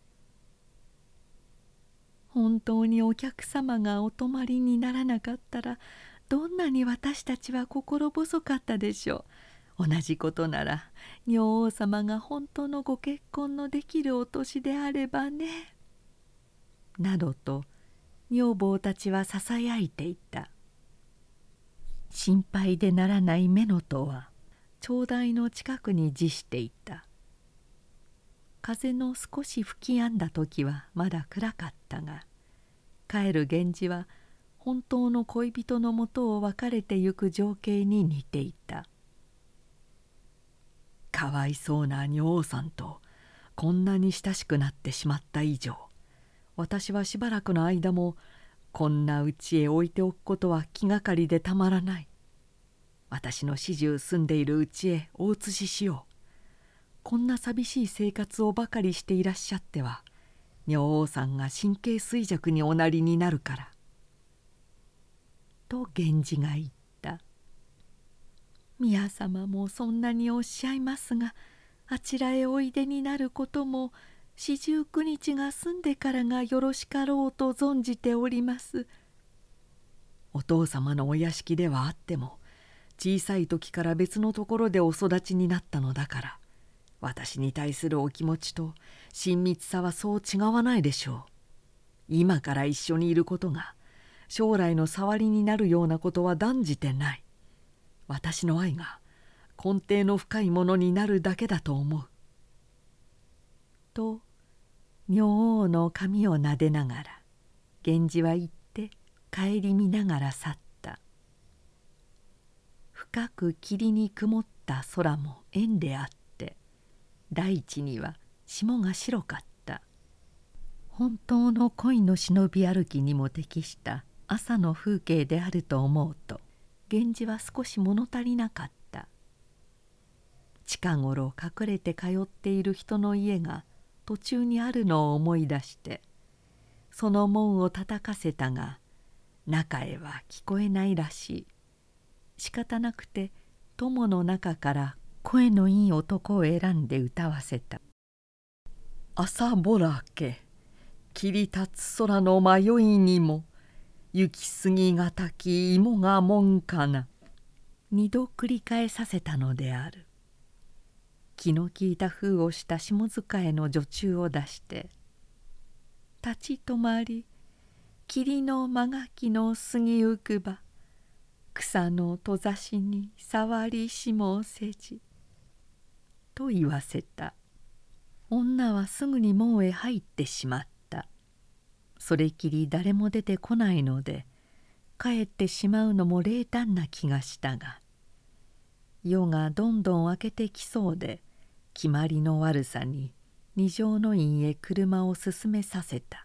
[SPEAKER 1] 本当にお客様がお泊まりにならなかったらどんなに私たちは心細かったでしょう。同じことなら女王様が本当のご結婚のできるお年であればね。などと女房たちはささやいていた。心配でならない乳母は帳台の近くに自していた。風の少し吹き止んだ時はまだ暗かったが帰る源氏は本当の恋人のもとを別れてゆく情景に似ていた。
[SPEAKER 2] かわいそうな女王さんとこんなに親しくなってしまった以上私はしばらくの間もこんな家へ置いておくことは気がかりでたまらない。私の始終住んでいる家へお移ししよう。こんな寂しい生活をばかりしていらっしゃっては女王さんが神経衰弱におなりになるから。
[SPEAKER 1] と源氏が言った。 宮様もそんなにおっしゃいますが、あちらへおいでになることも四十九日が済んでからがよろしかろうと存じております。
[SPEAKER 2] お父様のお屋敷ではあっても、小さい時から別のところでお育ちになったのだから、私に対するお気持ちと親密さはそう違わないでしょう。今から一緒にいることが将来の障りになるようなことは断じてない。私の愛が根底の深いものになるだけだと思う。
[SPEAKER 1] と女王の髪をなでながら源氏は言って顧みながら去った。深く霧に曇った空も縁であって、大地には霜が白かった。本当の恋の忍び歩きにも適した朝の風景であると思うと、源氏は少し物足りなかった。近頃隠れて通っている人の家が途中にあるのを思い出して、その門を叩かせたが中へは聞こえないらしい。仕方なくて友の中から声のいい男を選んで歌わせた。
[SPEAKER 2] 朝ぼらけ切り立つ空の迷いにも、行き過ぎがたき芋がもんかな。
[SPEAKER 1] 二度繰り返させたのである。気の利いた風をした下塚への女中を出して「立ち止まり霧の間垣の過ぎゆくば草の戸差しに触りしもせじ」と言わせた。女はすぐに門へ入ってしまった。それきり誰も出てこないので帰ってしまうのも冷淡な気がしたが、夜がどんどん明けてきそうで決まりの悪さに二条の院へ車を進めさせた。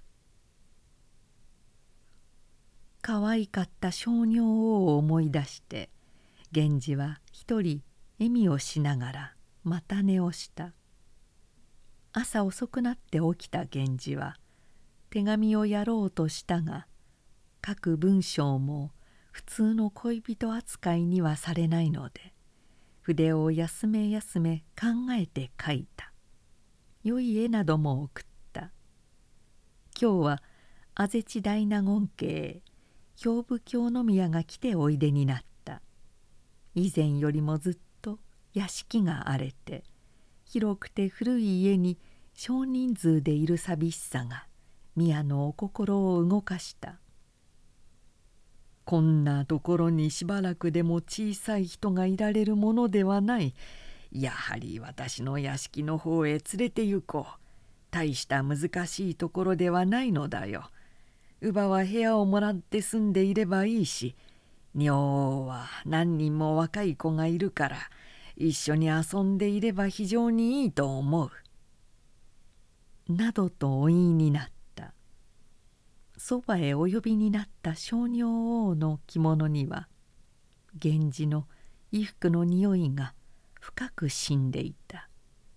[SPEAKER 1] 可愛かった少女王を思い出して源氏は一人笑みをしながらまた寝をした。朝遅くなって起きた源氏は手紙をやろうとしたが、書く文章も普通の恋人扱いにはされないので、筆を休め休め考えて書いた。良い絵なども送った。今日は安土大納言家へ兵部京宮が来ておいでになった。以前よりもずっと屋敷が荒れて、広くて古い家に少人数でいる寂しさが宮のお心を動かした。
[SPEAKER 2] こんなところにしばらくでも小さい人がいられるものではない。やはり私の屋敷の方へ連れて行こう。大した難しいところではないのだよ。乳母は部屋をもらって住んでいればいいし、女王は何人も若い子がいるから一緒に遊んでいれば非常にいいと思う。
[SPEAKER 1] などとお言いになった。そばへお呼びになった少女王の着物には源氏の衣服の匂いが深くしんでいた。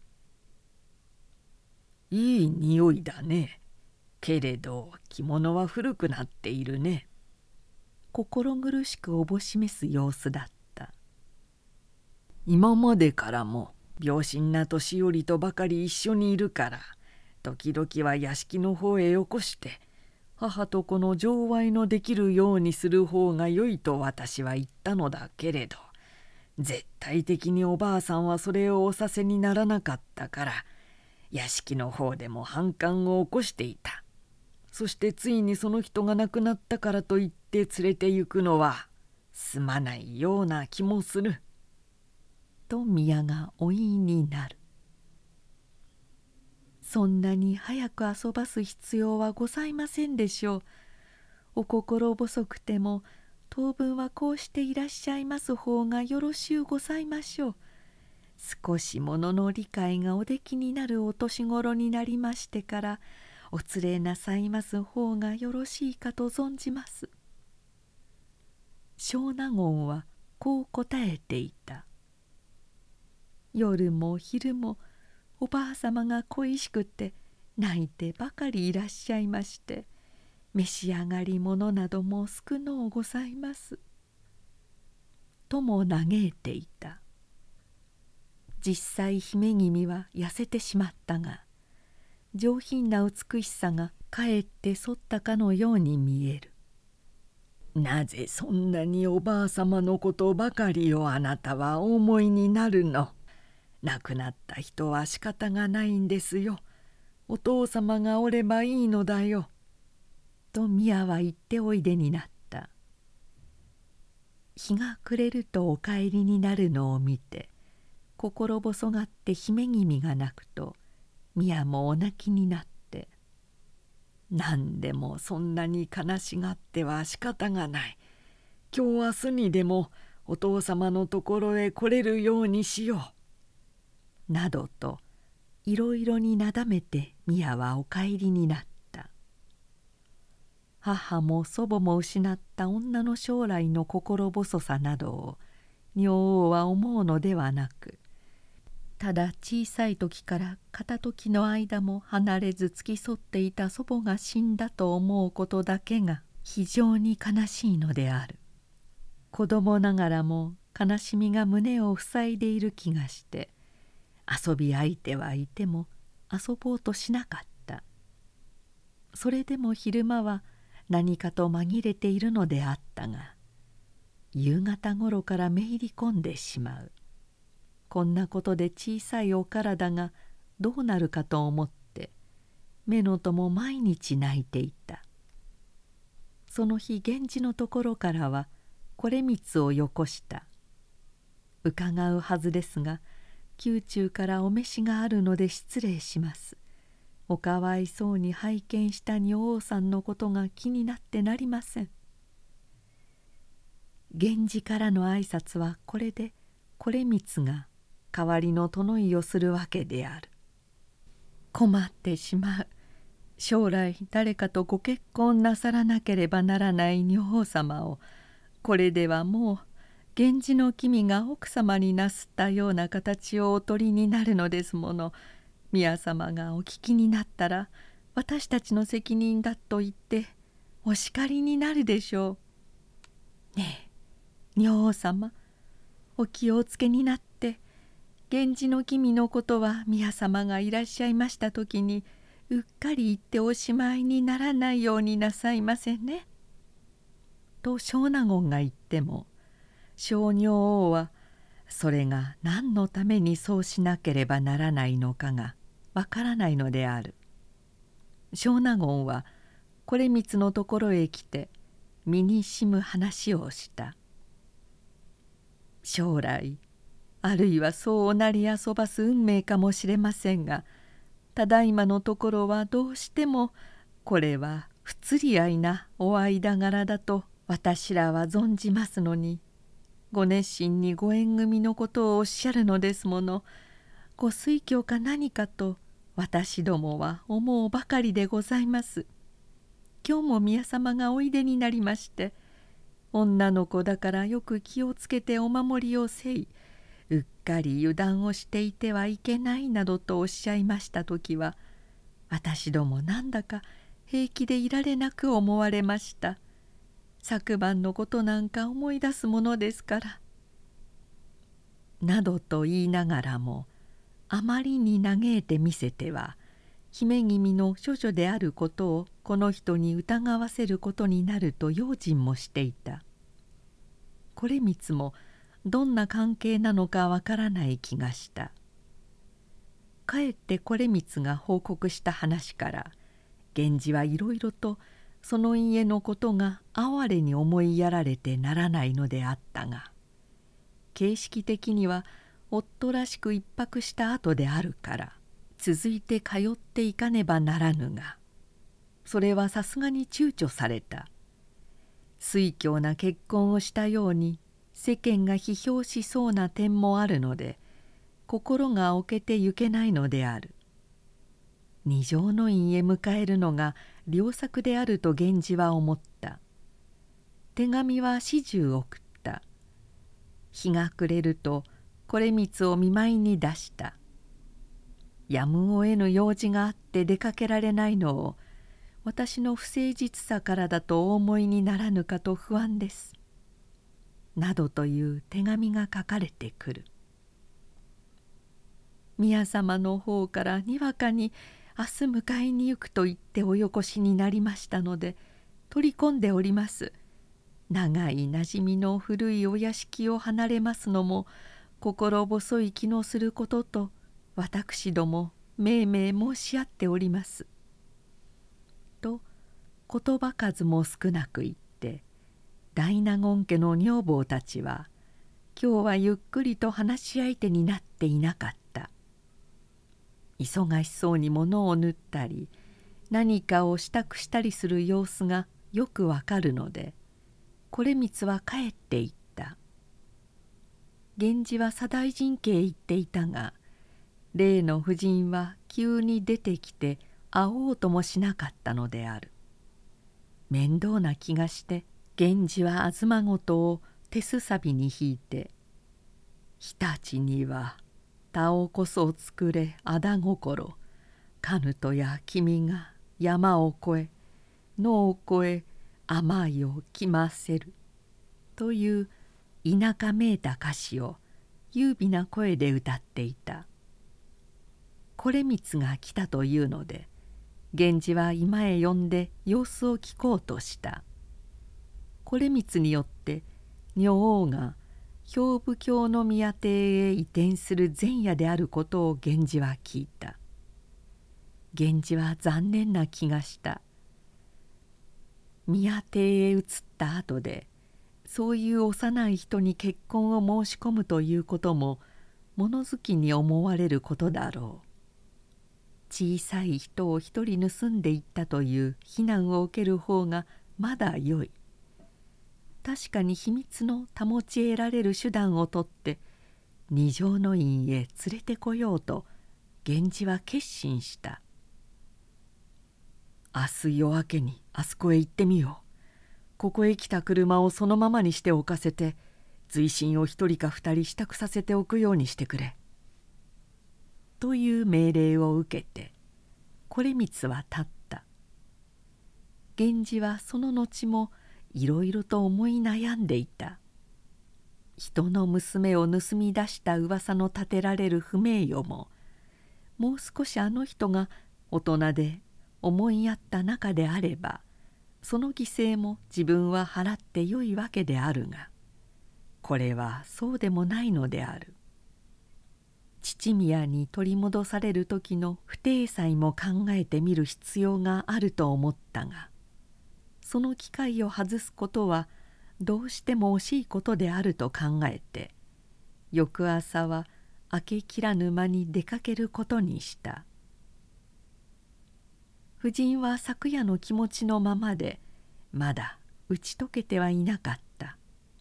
[SPEAKER 2] いい匂いだね。けれど着物は古くなっているね。
[SPEAKER 1] 心苦しくおぼしめす様子だった。
[SPEAKER 2] 今までからも病身な年寄りとばかり一緒にいるから、時々は屋敷の方へよこして母と子の情愛のできるようにする方がよいと私は言ったのだけれど、絶対的におばあさんはそれをおさせにならなかったから、屋敷の方でも反感を起こしていた。そしてついにその人が亡くなったからといって連れて行くのはすまないような気もする。
[SPEAKER 1] と宮がお言いになる。そんなに早く遊ばす必要はございませんでしょう。お心細くても当分はこうしていらっしゃいます方がよろしゅうございましょう。少しものの理解がおできになるお年頃になりましてからお連れなさいます方がよろしいかと存じます。少納言はこう答えていた。夜も昼もおばあさまが恋しくて泣いてばかりいらっしゃいまして、召し上がり物なども少のうございます。 とも嘆いていた。実際姫君は痩せてしまったが、上品な美しさがかえってそったかのように見える。
[SPEAKER 2] なぜそんなにおばあさまのことばかりをあなたはお思いになるの。亡くなった人は仕方がないんですよ。お父様がおればいいのだよ。
[SPEAKER 1] と宮は言っておいでになった。日が暮れるとお帰りになるのを見て、心細がって姫君が泣くと宮もお泣きになって、
[SPEAKER 2] 何でもそんなに悲しがっては仕方がない。今日明日にでもお父様のところへ来れるようにしよ
[SPEAKER 1] う。などといろいろになだめて宮はお帰りになった。母も祖母も失った女の将来の心細さなどを女王は思うのではなく、ただ小さい時から片時の間も離れず付き添っていた祖母が死んだと思うことだけが非常に悲しいのである。子供ながらも悲しみが胸を塞いでいる気がして、遊び相手はいても遊ぼうとしなかった。それでも昼間は何かと紛れているのであったが、夕方ごろからめいり込んでしまう。こんなことで小さいお体がどうなるかと思って乳母も毎日泣いていた。その日源氏のところからはこれ光をよこした。伺うはずですが、宮中からお召しがあるので失礼します。おかわいそうに拝見した女王さんのことが気になってなりません。源氏からの挨拶はこれでこれ光が代わりの殿井をするわけである。困ってしまう。将来誰かとご結婚なさらなければならない女王様を、これではもう源氏の君が奥様になすったような形をお取りになるのですもの。宮様がお聞きになったら私たちの責任だと言ってお叱りになるでしょう。ねえ女王様、お気をつけになって源氏の君のことは宮様がいらっしゃいました時にうっかり言っておしまいにならないようになさいませね。と小納言が言っても、小女王はそれが何のためにそうしなければならないのかがわからないのである。小納言はこれ光のところへ来て身にしむ話をした。将来あるいはそうおなり遊ばす運命かもしれませんが、ただいまのところはどうしてもこれは不釣り合いなお間柄だと私らは存じますのに、ご熱心にご縁組のことをおっしゃるのですもの。ご推挙か何かと私どもは思うばかりでございます。今日も宮様がおいでになりまして、女の子だからよく気をつけてお守りをせい、うっかり油断をしていてはいけないなどとおっしゃいました時は、私どもなんだか平気でいられなく思われました。昨晩のことなんか思い出すものですから。などと言いながらも、あまりに嘆いてみせては姫君の処女であることをこの人に疑わせることになると用心もしていた。これ光もどんな関係なのかわからない気がした。かえってこれ光が報告した話から源氏はいろいろとその家のことが哀れに思いやられてならないのであったが、形式的には夫らしく一泊した後であるから続いて通っていかねばならぬが、それはさすがに躊躇された。酔狂な結婚をしたように世間が批評しそうな点もあるので、心が置けてゆけないのである。二条の院へ迎えるのが良策であると源氏は思った。手紙は始終送った。日が暮れるとこれ光を見舞いに出した。やむを得ぬ用事があって出かけられないのを私の不誠実さからだとお思いにならぬかと不安です。 などという手紙が書かれてくる。宮様の方からにわかに明日迎えに行くと言っておよこしになりましたので取り込んでおります。長いなじみの古いお屋敷を離れますのも心細い気のすることと私どもめいめい申し合っております。と言葉数も少なく言って大納言家の女房たちは今日はゆっくりと話し相手になっていなかった。忙しそうに物を縫ったり何かを支度したりする様子がよくわかるので惟光は帰っていった。源氏は左大臣家へ行っていたが例の婦人は急に出てきて会おうともしなかったのである。面倒な気がして源氏は東ごとを手すさびに引いて「日立には田をこそ作れあだ心かぬとや君が山を越え野を越え甘いをきませる」という田舎めいた歌詞を優美な声で歌っていた。惟光が来たというので源氏は居間へ呼んで様子を聞こうとした。惟光によって女王が兵部京宮邸へ移転する前夜であることを源氏は聞いた。源氏は残念な気がした。宮邸へ移った後でそういう幼い人に結婚を申し込むということも物好きに思われることだろう。小さい人を一人盗んでいったという非難を受ける方がまだよい。確かに秘密の保ち得られる手段をとって二条の院へ連れてこようと源氏は決心した。明日夜明けにあそこへ行ってみよう。ここへ来た車をそのままにしておかせて随身を一人か二人支度させておくようにしてくれ。という命令を受けて惟光は立った。源氏はその後もいろいろと思い悩んでいた。人の娘を盗み出した噂の立てられる不名誉ももう少しあの人が大人で思いやった中であればその犠牲も自分は払ってよいわけであるがこれはそうでもないのである。父宮に取り戻される時の不定裁も考えてみる必要があると思ったがその機会を外すことはどうしても惜しいことであると考えて翌朝は明けきらぬ間に出かけることにした。夫人は昨夜の気持ちのままでまだ打ち解けてはいなかった。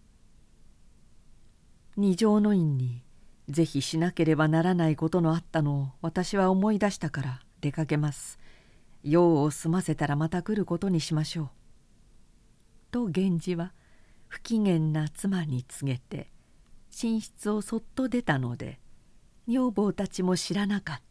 [SPEAKER 1] 二条の院にぜひしなければならないことのあったのを私は思い出したから出かけます。用を済ませたらまた来ることにしましょう。と源氏は不機嫌な妻に告げて寝室をそっと出たので女房たちも知らなかった。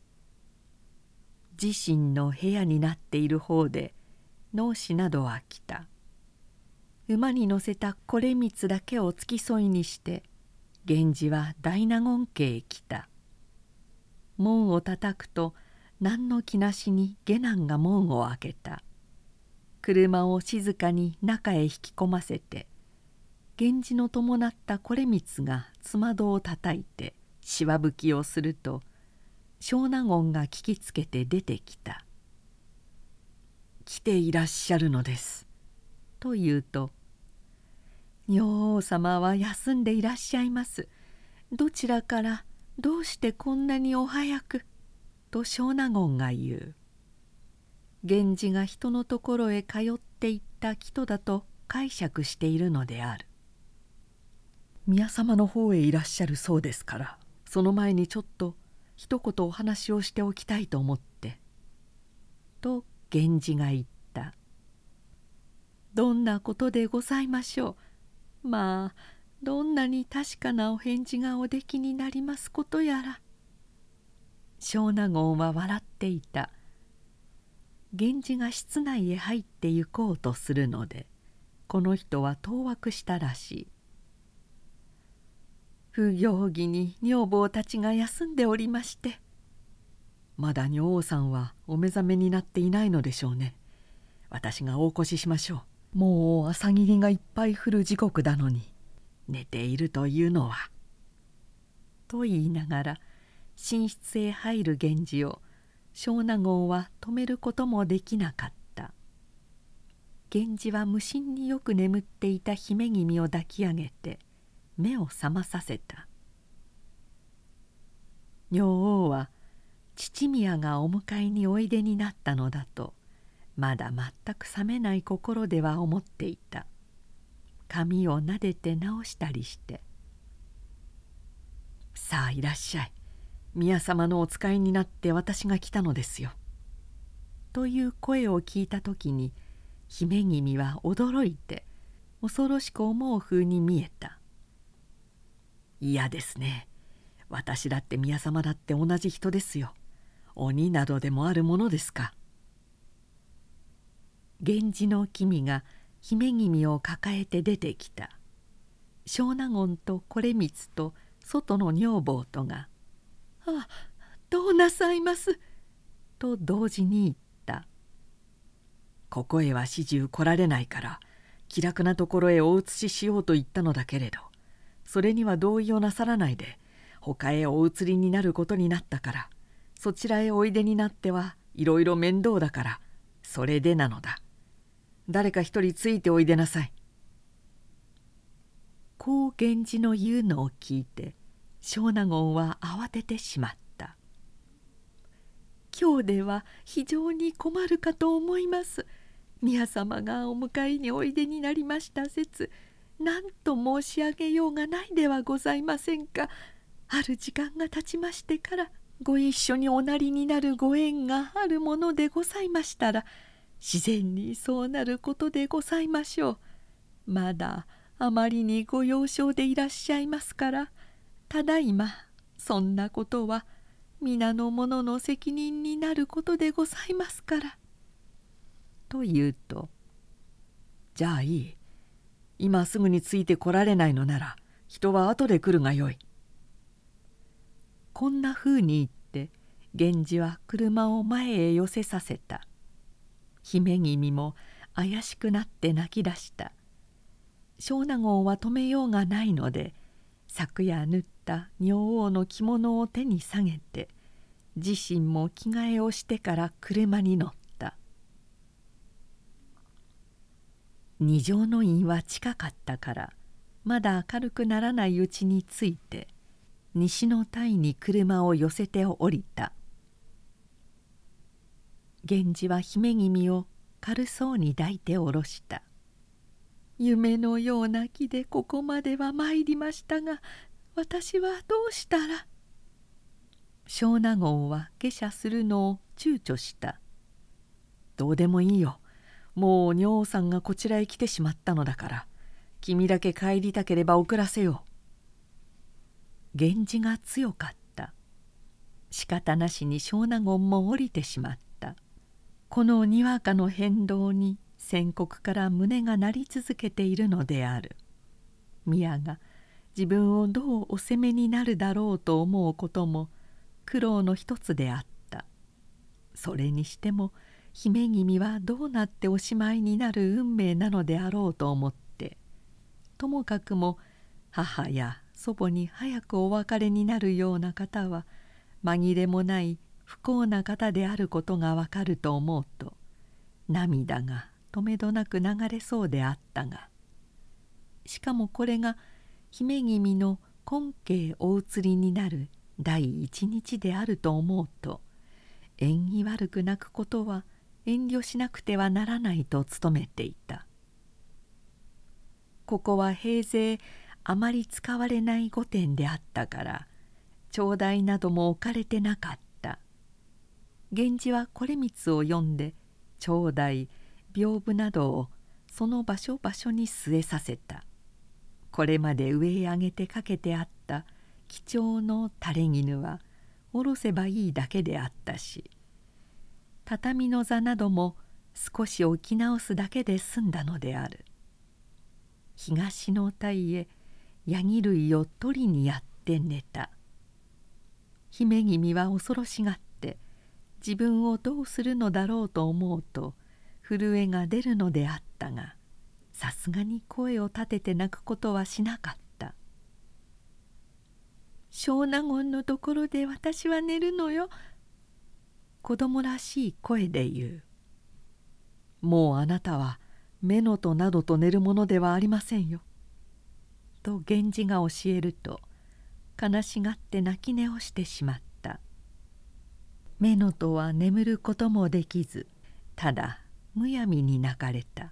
[SPEAKER 1] 自身の部屋になっている方で農師などは来た。馬に乗せた惟光だけを付き添いにして源氏は大納言家へ来た。門をたたくと何の気なしに下男が門を開けた。車を静かに中へ引き込ませて源氏の伴った惟光がつまどをたたいてしわ吹きをすると小納言が聞きつけて出てきた。「来ていらっしゃるのです」と言うと「女王様は休んでいらっしゃいます。どちらからどうしてこんなにお早く」と小納言が言う。源氏が人のところへ通っていった人だと解釈しているのである。宮様の方へいらっしゃるそうですからその前にちょっと一言お話をしておきたいと思って」と源氏が言った。「どんなことでございましょう。まあどんなに確かなお返事がおできになりますことやら」。小納言は笑っていた。源氏が室内へ入って行こうとするのでこの人は当惑したらしい。 不行儀に女房たちが休んでおりまして。
[SPEAKER 2] まだ女王さんはお目覚めになっていないのでしょうね。私がお起こししましょう。もう朝霧がいっぱい降る時刻だのに寝ているというのは。
[SPEAKER 1] と言いながら寝室へ入る源氏を小納言は止めることもできなかった。源氏は無心によく眠っていた姫君を抱き上げて目を覚まさせた。女王は父宮がお迎えにおいでになったのだとまだ全く冷めない心では思っていた。髪をなでて直したりして
[SPEAKER 2] 「さあいらっしゃい。宮様のお使いになって私が来たのですよ」
[SPEAKER 1] という声を聞いた時に姫君は驚いて恐ろしく思う風に見えた。
[SPEAKER 2] 嫌ですね。私だって宮様だって同じ人ですよ。鬼などでもあるものですか。
[SPEAKER 1] 源氏の君が姫君を抱えて出てきた。小納言と惟光と外の女房とが「ああどうなさいます」と同時に言った。
[SPEAKER 2] ここへは始終来られないから気楽なところへお移ししようと言ったのだけれど、それには同意をなさらないで他へお移りになることになったから、そちらへおいでになってはいろいろ面倒だから、それでなのだ。誰か一人ついておいでなさい。
[SPEAKER 1] こう源氏の言うのを聞いて小納言は慌ててしまった。今日では非常に困るかと思います。宮様がお迎えにおいでになりました節、何と申し上げようがないではございませんか。ある時間が経ちましてからご一緒におなりになるご縁があるものでございましたら自然にそうなることでございましょう。まだあまりにご幼少でいらっしゃいますから、ただいまそんなことは皆の者の責任になることでございますから。と言うと
[SPEAKER 2] 「じゃあいい。今すぐについてこられないのなら人は後で来るがよい。」
[SPEAKER 1] こんなふうに言って源氏は車を前へ寄せさせた。姫君も怪しくなって泣き出した。小納言は止めようがないので昨夜縫った女王の着物を手に下げて自身も着替えをしてから車に乗った。二条の院は近かったからまだ明るくならないうちに着いて西の鯛に車を寄せて降りた。源氏は姫君を軽そうに抱いて下ろした。夢のような気でここまでは参りましたが、私はどうしたら。小納言は下車するのを躊躇した。
[SPEAKER 2] どうでもいいよ。もう女王さんがこちらへ来てしまったのだから、君だけ帰りたければ遅らせよう。
[SPEAKER 1] 源氏が強かった。仕方なしに小納言も降りてしまった。このにわかの変動に先刻から胸が鳴り続けているのである。宮が自分をどうお責めになるだろうと思うことも苦労の一つであった。それにしても姫君はどうなっておしまいになる運命なのであろうと思って、ともかくも母や祖母に早くお別れになるような方は紛れもない不幸な方であることがわかると思うと涙がとめどなく流れそうであったが、しかもこれが姫君の今慶お移りになる第一日であると思うと縁起悪く泣くことは遠慮しなくてはならないと努めていた。ここは平勢あまり使われない御殿であったから帳台なども置かれてなかった。源氏は惟光を呼んで帳台屏風などをその場所場所に据えさせた。これまで上へ上げてかけてあった貴重の垂れ絹は下ろせばいいだけであったし、畳の座なども少し置き直すだけで済んだのである。東の鯛へヤギ類を取りにやって寝た。姫君は恐ろしがって自分をどうするのだろうと思うと震えが出るのであったが、さすがに声を立てて泣くことはしなかった。小納言のところで私は寝るのよ。子供らしい声で言う。もうあなたは乳母などと寝るものではありませんよ。と源氏が教えると悲しがって泣き寝をしてしまった。乳母は眠ることもできず、ただむやみに泣かれた。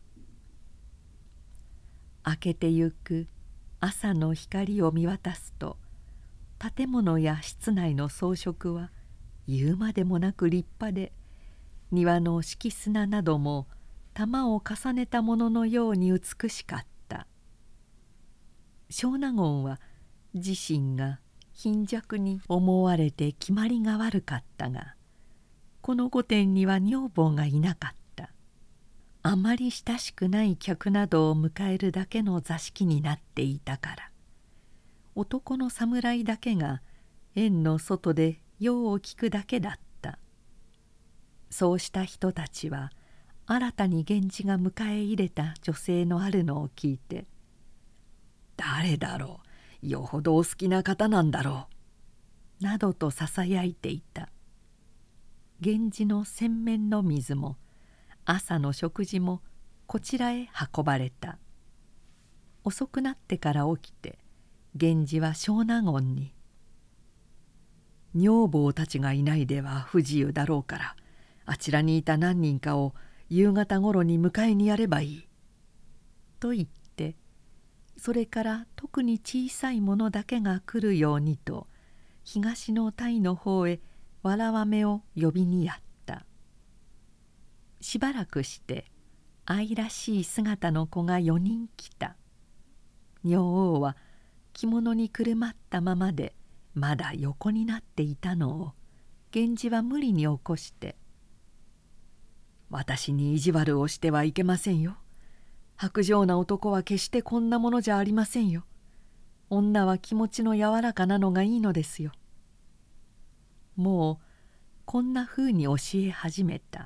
[SPEAKER 1] 明けてゆく朝の光を見渡すと、建物や室内の装飾は言うまでもなく立派で、庭の敷砂なども玉を重ねたもののように美しかった。小納言は自身が貧弱に思われて決まりが悪かったが、この御殿には女房がいなかった。あまり親しくない客などを迎えるだけの座敷になっていたから、男の侍だけが園の外で用を聞くだけだった。そうした人たちは新たに源氏が迎え入れた女性のあるのを聞いて、誰だろう、よほどお好きな方なんだろう、などとささやいていた。源氏の洗面の水も朝の食事もこちらへ運ばれた。遅くなってから起きて源氏は小納言に「女房たちがいないでは不自由だろうから、あちらにいた何人かを夕方ごろに迎えにやればいい」と言って、それから特に小さいものだけが来るようにと東の鯛の方へわらわめを呼びにやった。しばらくして愛らしい姿の子がよにん来た。女王は着物にくるまったままでまだ横になっていたのを源氏は無理に起こして「私に意地悪をしてはいけませんよ。薄情な男は決してこんなものじゃありませんよ。女は気持ちの柔らかなのがいいのですよ。」もうこんなふうに教え始めた。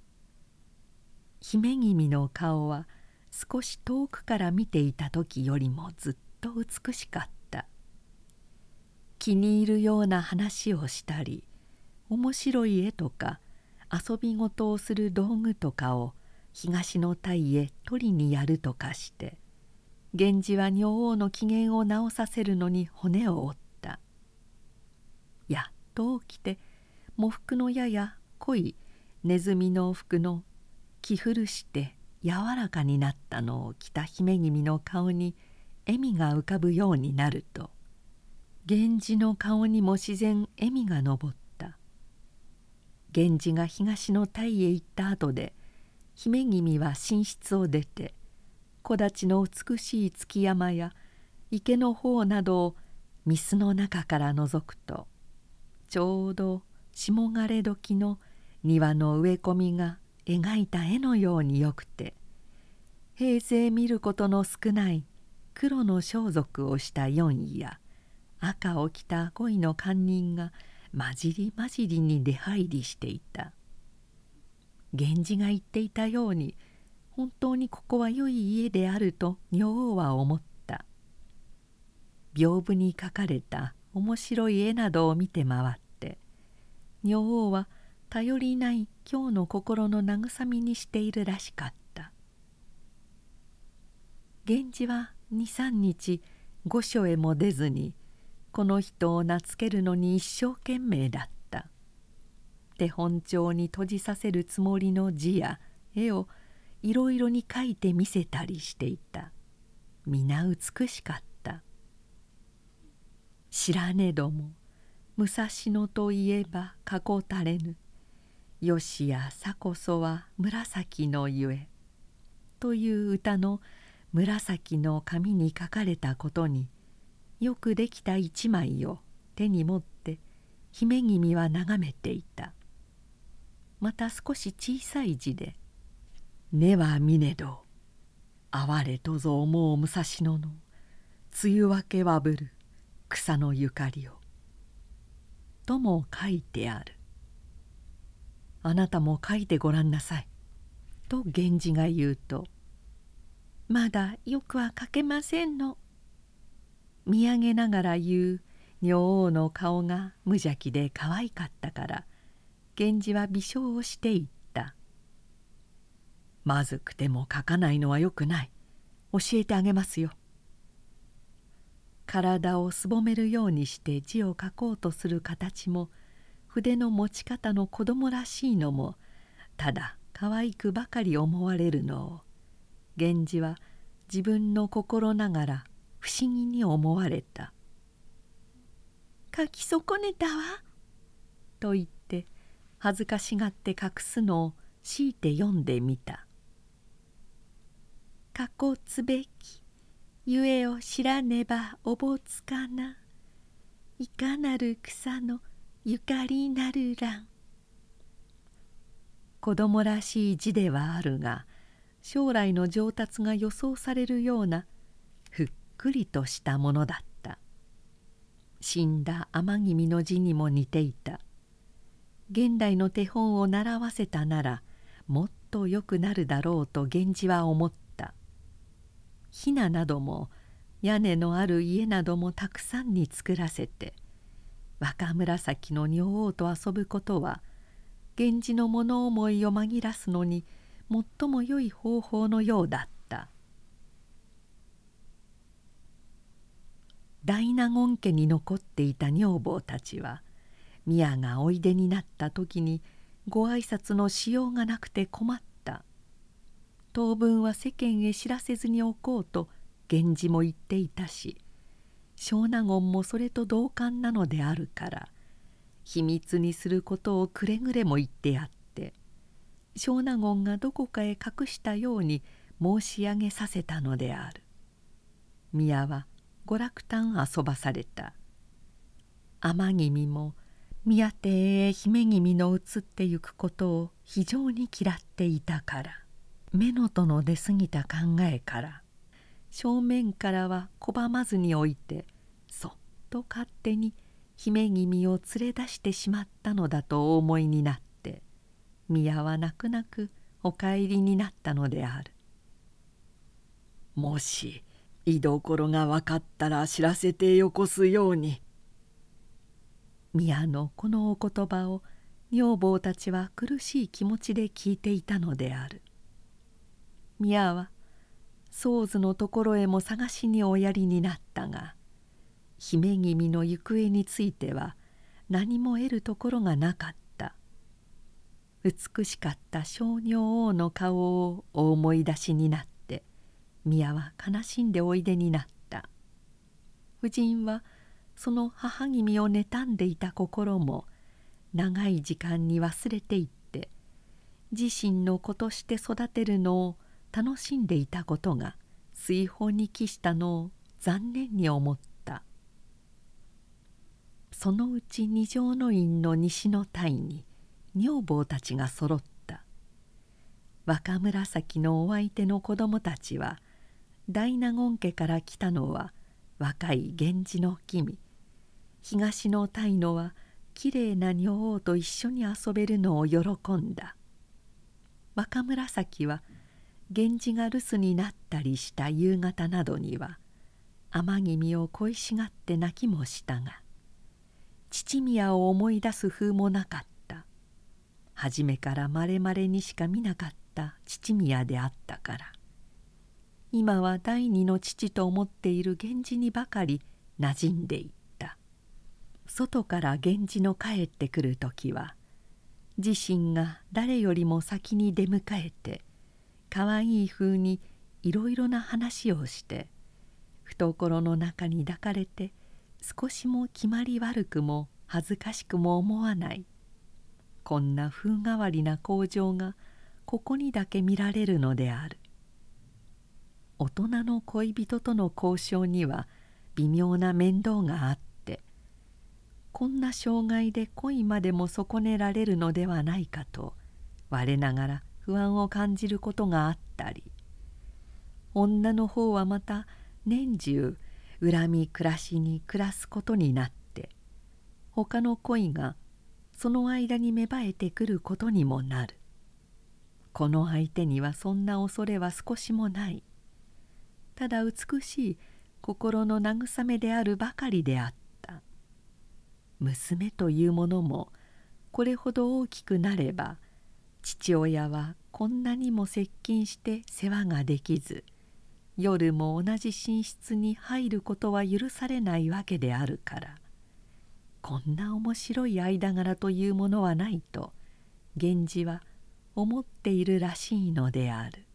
[SPEAKER 1] 姫君の顔は少し遠くから見ていた時よりもずっと美しかった。気に入るような話をしたり、面白い絵とか遊び事をする道具とかを東の鯛へ取りにやるとかして、源氏は女王の機嫌を直させるのに骨を折った。やっと起きて喪服のやや濃いネズミの服の着古して柔らかになったのを着た姫君の顔に笑みが浮かぶようになると、源氏の顔にも自然笑みが昇った。源氏が東の鯛へ行った後で姫君は寝室を出て、木立の美しい築山や池の方などを御簾の中から覗くと、ちょうど霜枯れ時の庭の植え込みが描いた絵のようによくて、平生見ることの少ない黒の装束をした四位や赤を着た五位の官人がまじりまじりに出入りしていた。源氏が言っていたように本当にここは良い家であると女王は思った。屏風に描かれた面白い絵などを見て回って、女王は頼りない今日の心の慰みにしているらしかった。源氏は二三日御所へも出ずにこの人を名付けるのに一生懸命だった。手本帳に閉じさせるつもりの字や絵をいろいろに描いて見せたりしていた。皆美しかった。知らねども武蔵野といえばかこたれぬ、よしやさこそは紫のゆえという歌の紫の紙に書かれたことに、よくできた一枚を手に持って姫君は眺めていた。また少し小さい字で「根は見ねど哀れとぞ思う武蔵野の梅雨明けはぶる草のゆかりを」とも書いてある。あなたも書いてごらんなさい」と源氏が言うと「まだよくは書けませんの」見上げながら言う女王の顔が無邪気で可愛かったから源氏は微笑をして言った「まずくても書かないのはよくない。教えてあげますよ」。体をすぼめるようにして字を書こうとする形も筆の持ち方の子供らしいのもただ可愛くばかり思われるのを源氏は自分の心ながら不思議に思われた。「書き損ねたわ」と言って恥ずかしがって隠すのを強いて読んでみた。「書こうつべきゆえを知らねばおぼつかな。いかなる草のゆかりなるらん」。子供らしい字ではあるが将来の上達が予想されるようなふっくりとしたものだった。死んだ天君の字にも似ていた。現代の手本を習わせたならもっとよくなるだろうと源氏は思った。雛なども屋根のある家などもたくさんに作らせて若紫の女王と遊ぶことは源氏の物思いを紛らすのに最も良い方法のようだった。大納言家に残っていた女房たちは宮がおいでになった時にご挨拶のしようがなくて困った。当分は世間へ知らせずにおこうと源氏も言っていたし小納言もそれと同感なのであるから秘密にすることをくれぐれも言ってやって小納言がどこかへ隠したように申し上げさせたのである。宮は娯楽たん遊ばされた。天君も宮邸へ姫君の移ってゆくことを非常に嫌っていたから乳母の出過ぎた考えから正面からは拒まずにおいてそっと勝手に姫君を連れ出してしまったのだとお思いになって宮は泣く泣くお帰りになったのである。もし居所が分かったら知らせてよこすように。宮のこのお言葉を女房たちは苦しい気持ちで聞いていたのである。宮は宗図のところへも探しにおやりになったが姫君の行方については何も得るところがなかった。美しかった小女王の顔をお思い出しになって宮は悲しんでおいでになった。夫人はその母君を妬んでいた心も長い時間に忘れていって自身の子として育てるのを楽しんでいたことが水泡に帰したのを残念に思った。そのうち二条の院の西の隊に女房たちがそろった。若紫のお相手の子供たちは大納言家から来たのは若い源氏の君、東の隊のはきれいな女王と一緒に遊べるのを喜んだ。若紫は源氏が留守になったりした夕方などには天君を恋しがって泣きもしたが父宮を思い出す風もなかった。初めからまれまれにしか見なかった父宮であったから今は第二の父と思っている源氏にばかり馴染んでいった。外から源氏の帰ってくる時は自身が誰よりも先に出迎えてかわいい風にいろいろな話をして懐の中に抱かれて少しも決まり悪くも恥ずかしくも思わないこんな風変わりな口上がここにだけ見られるのである。大人の恋人との交渉には微妙な面倒があってこんな障害で恋までも損ねられるのではないかと我ながら不安を感じることがあったり女の方はまた年中恨み暮らしに暮らすことになって、他の恋がその間に芽生えてくることにもなる。この相手にはそんな恐れは少しもない。ただ美しい心の慰めであるばかりであった。娘というものもこれほど大きくなれば、父親はこんなにも接近して世話ができず、夜も同じ寝室に入ることは許されないわけであるから、こんな面白い間柄というものはないと源氏は思っているらしいのである。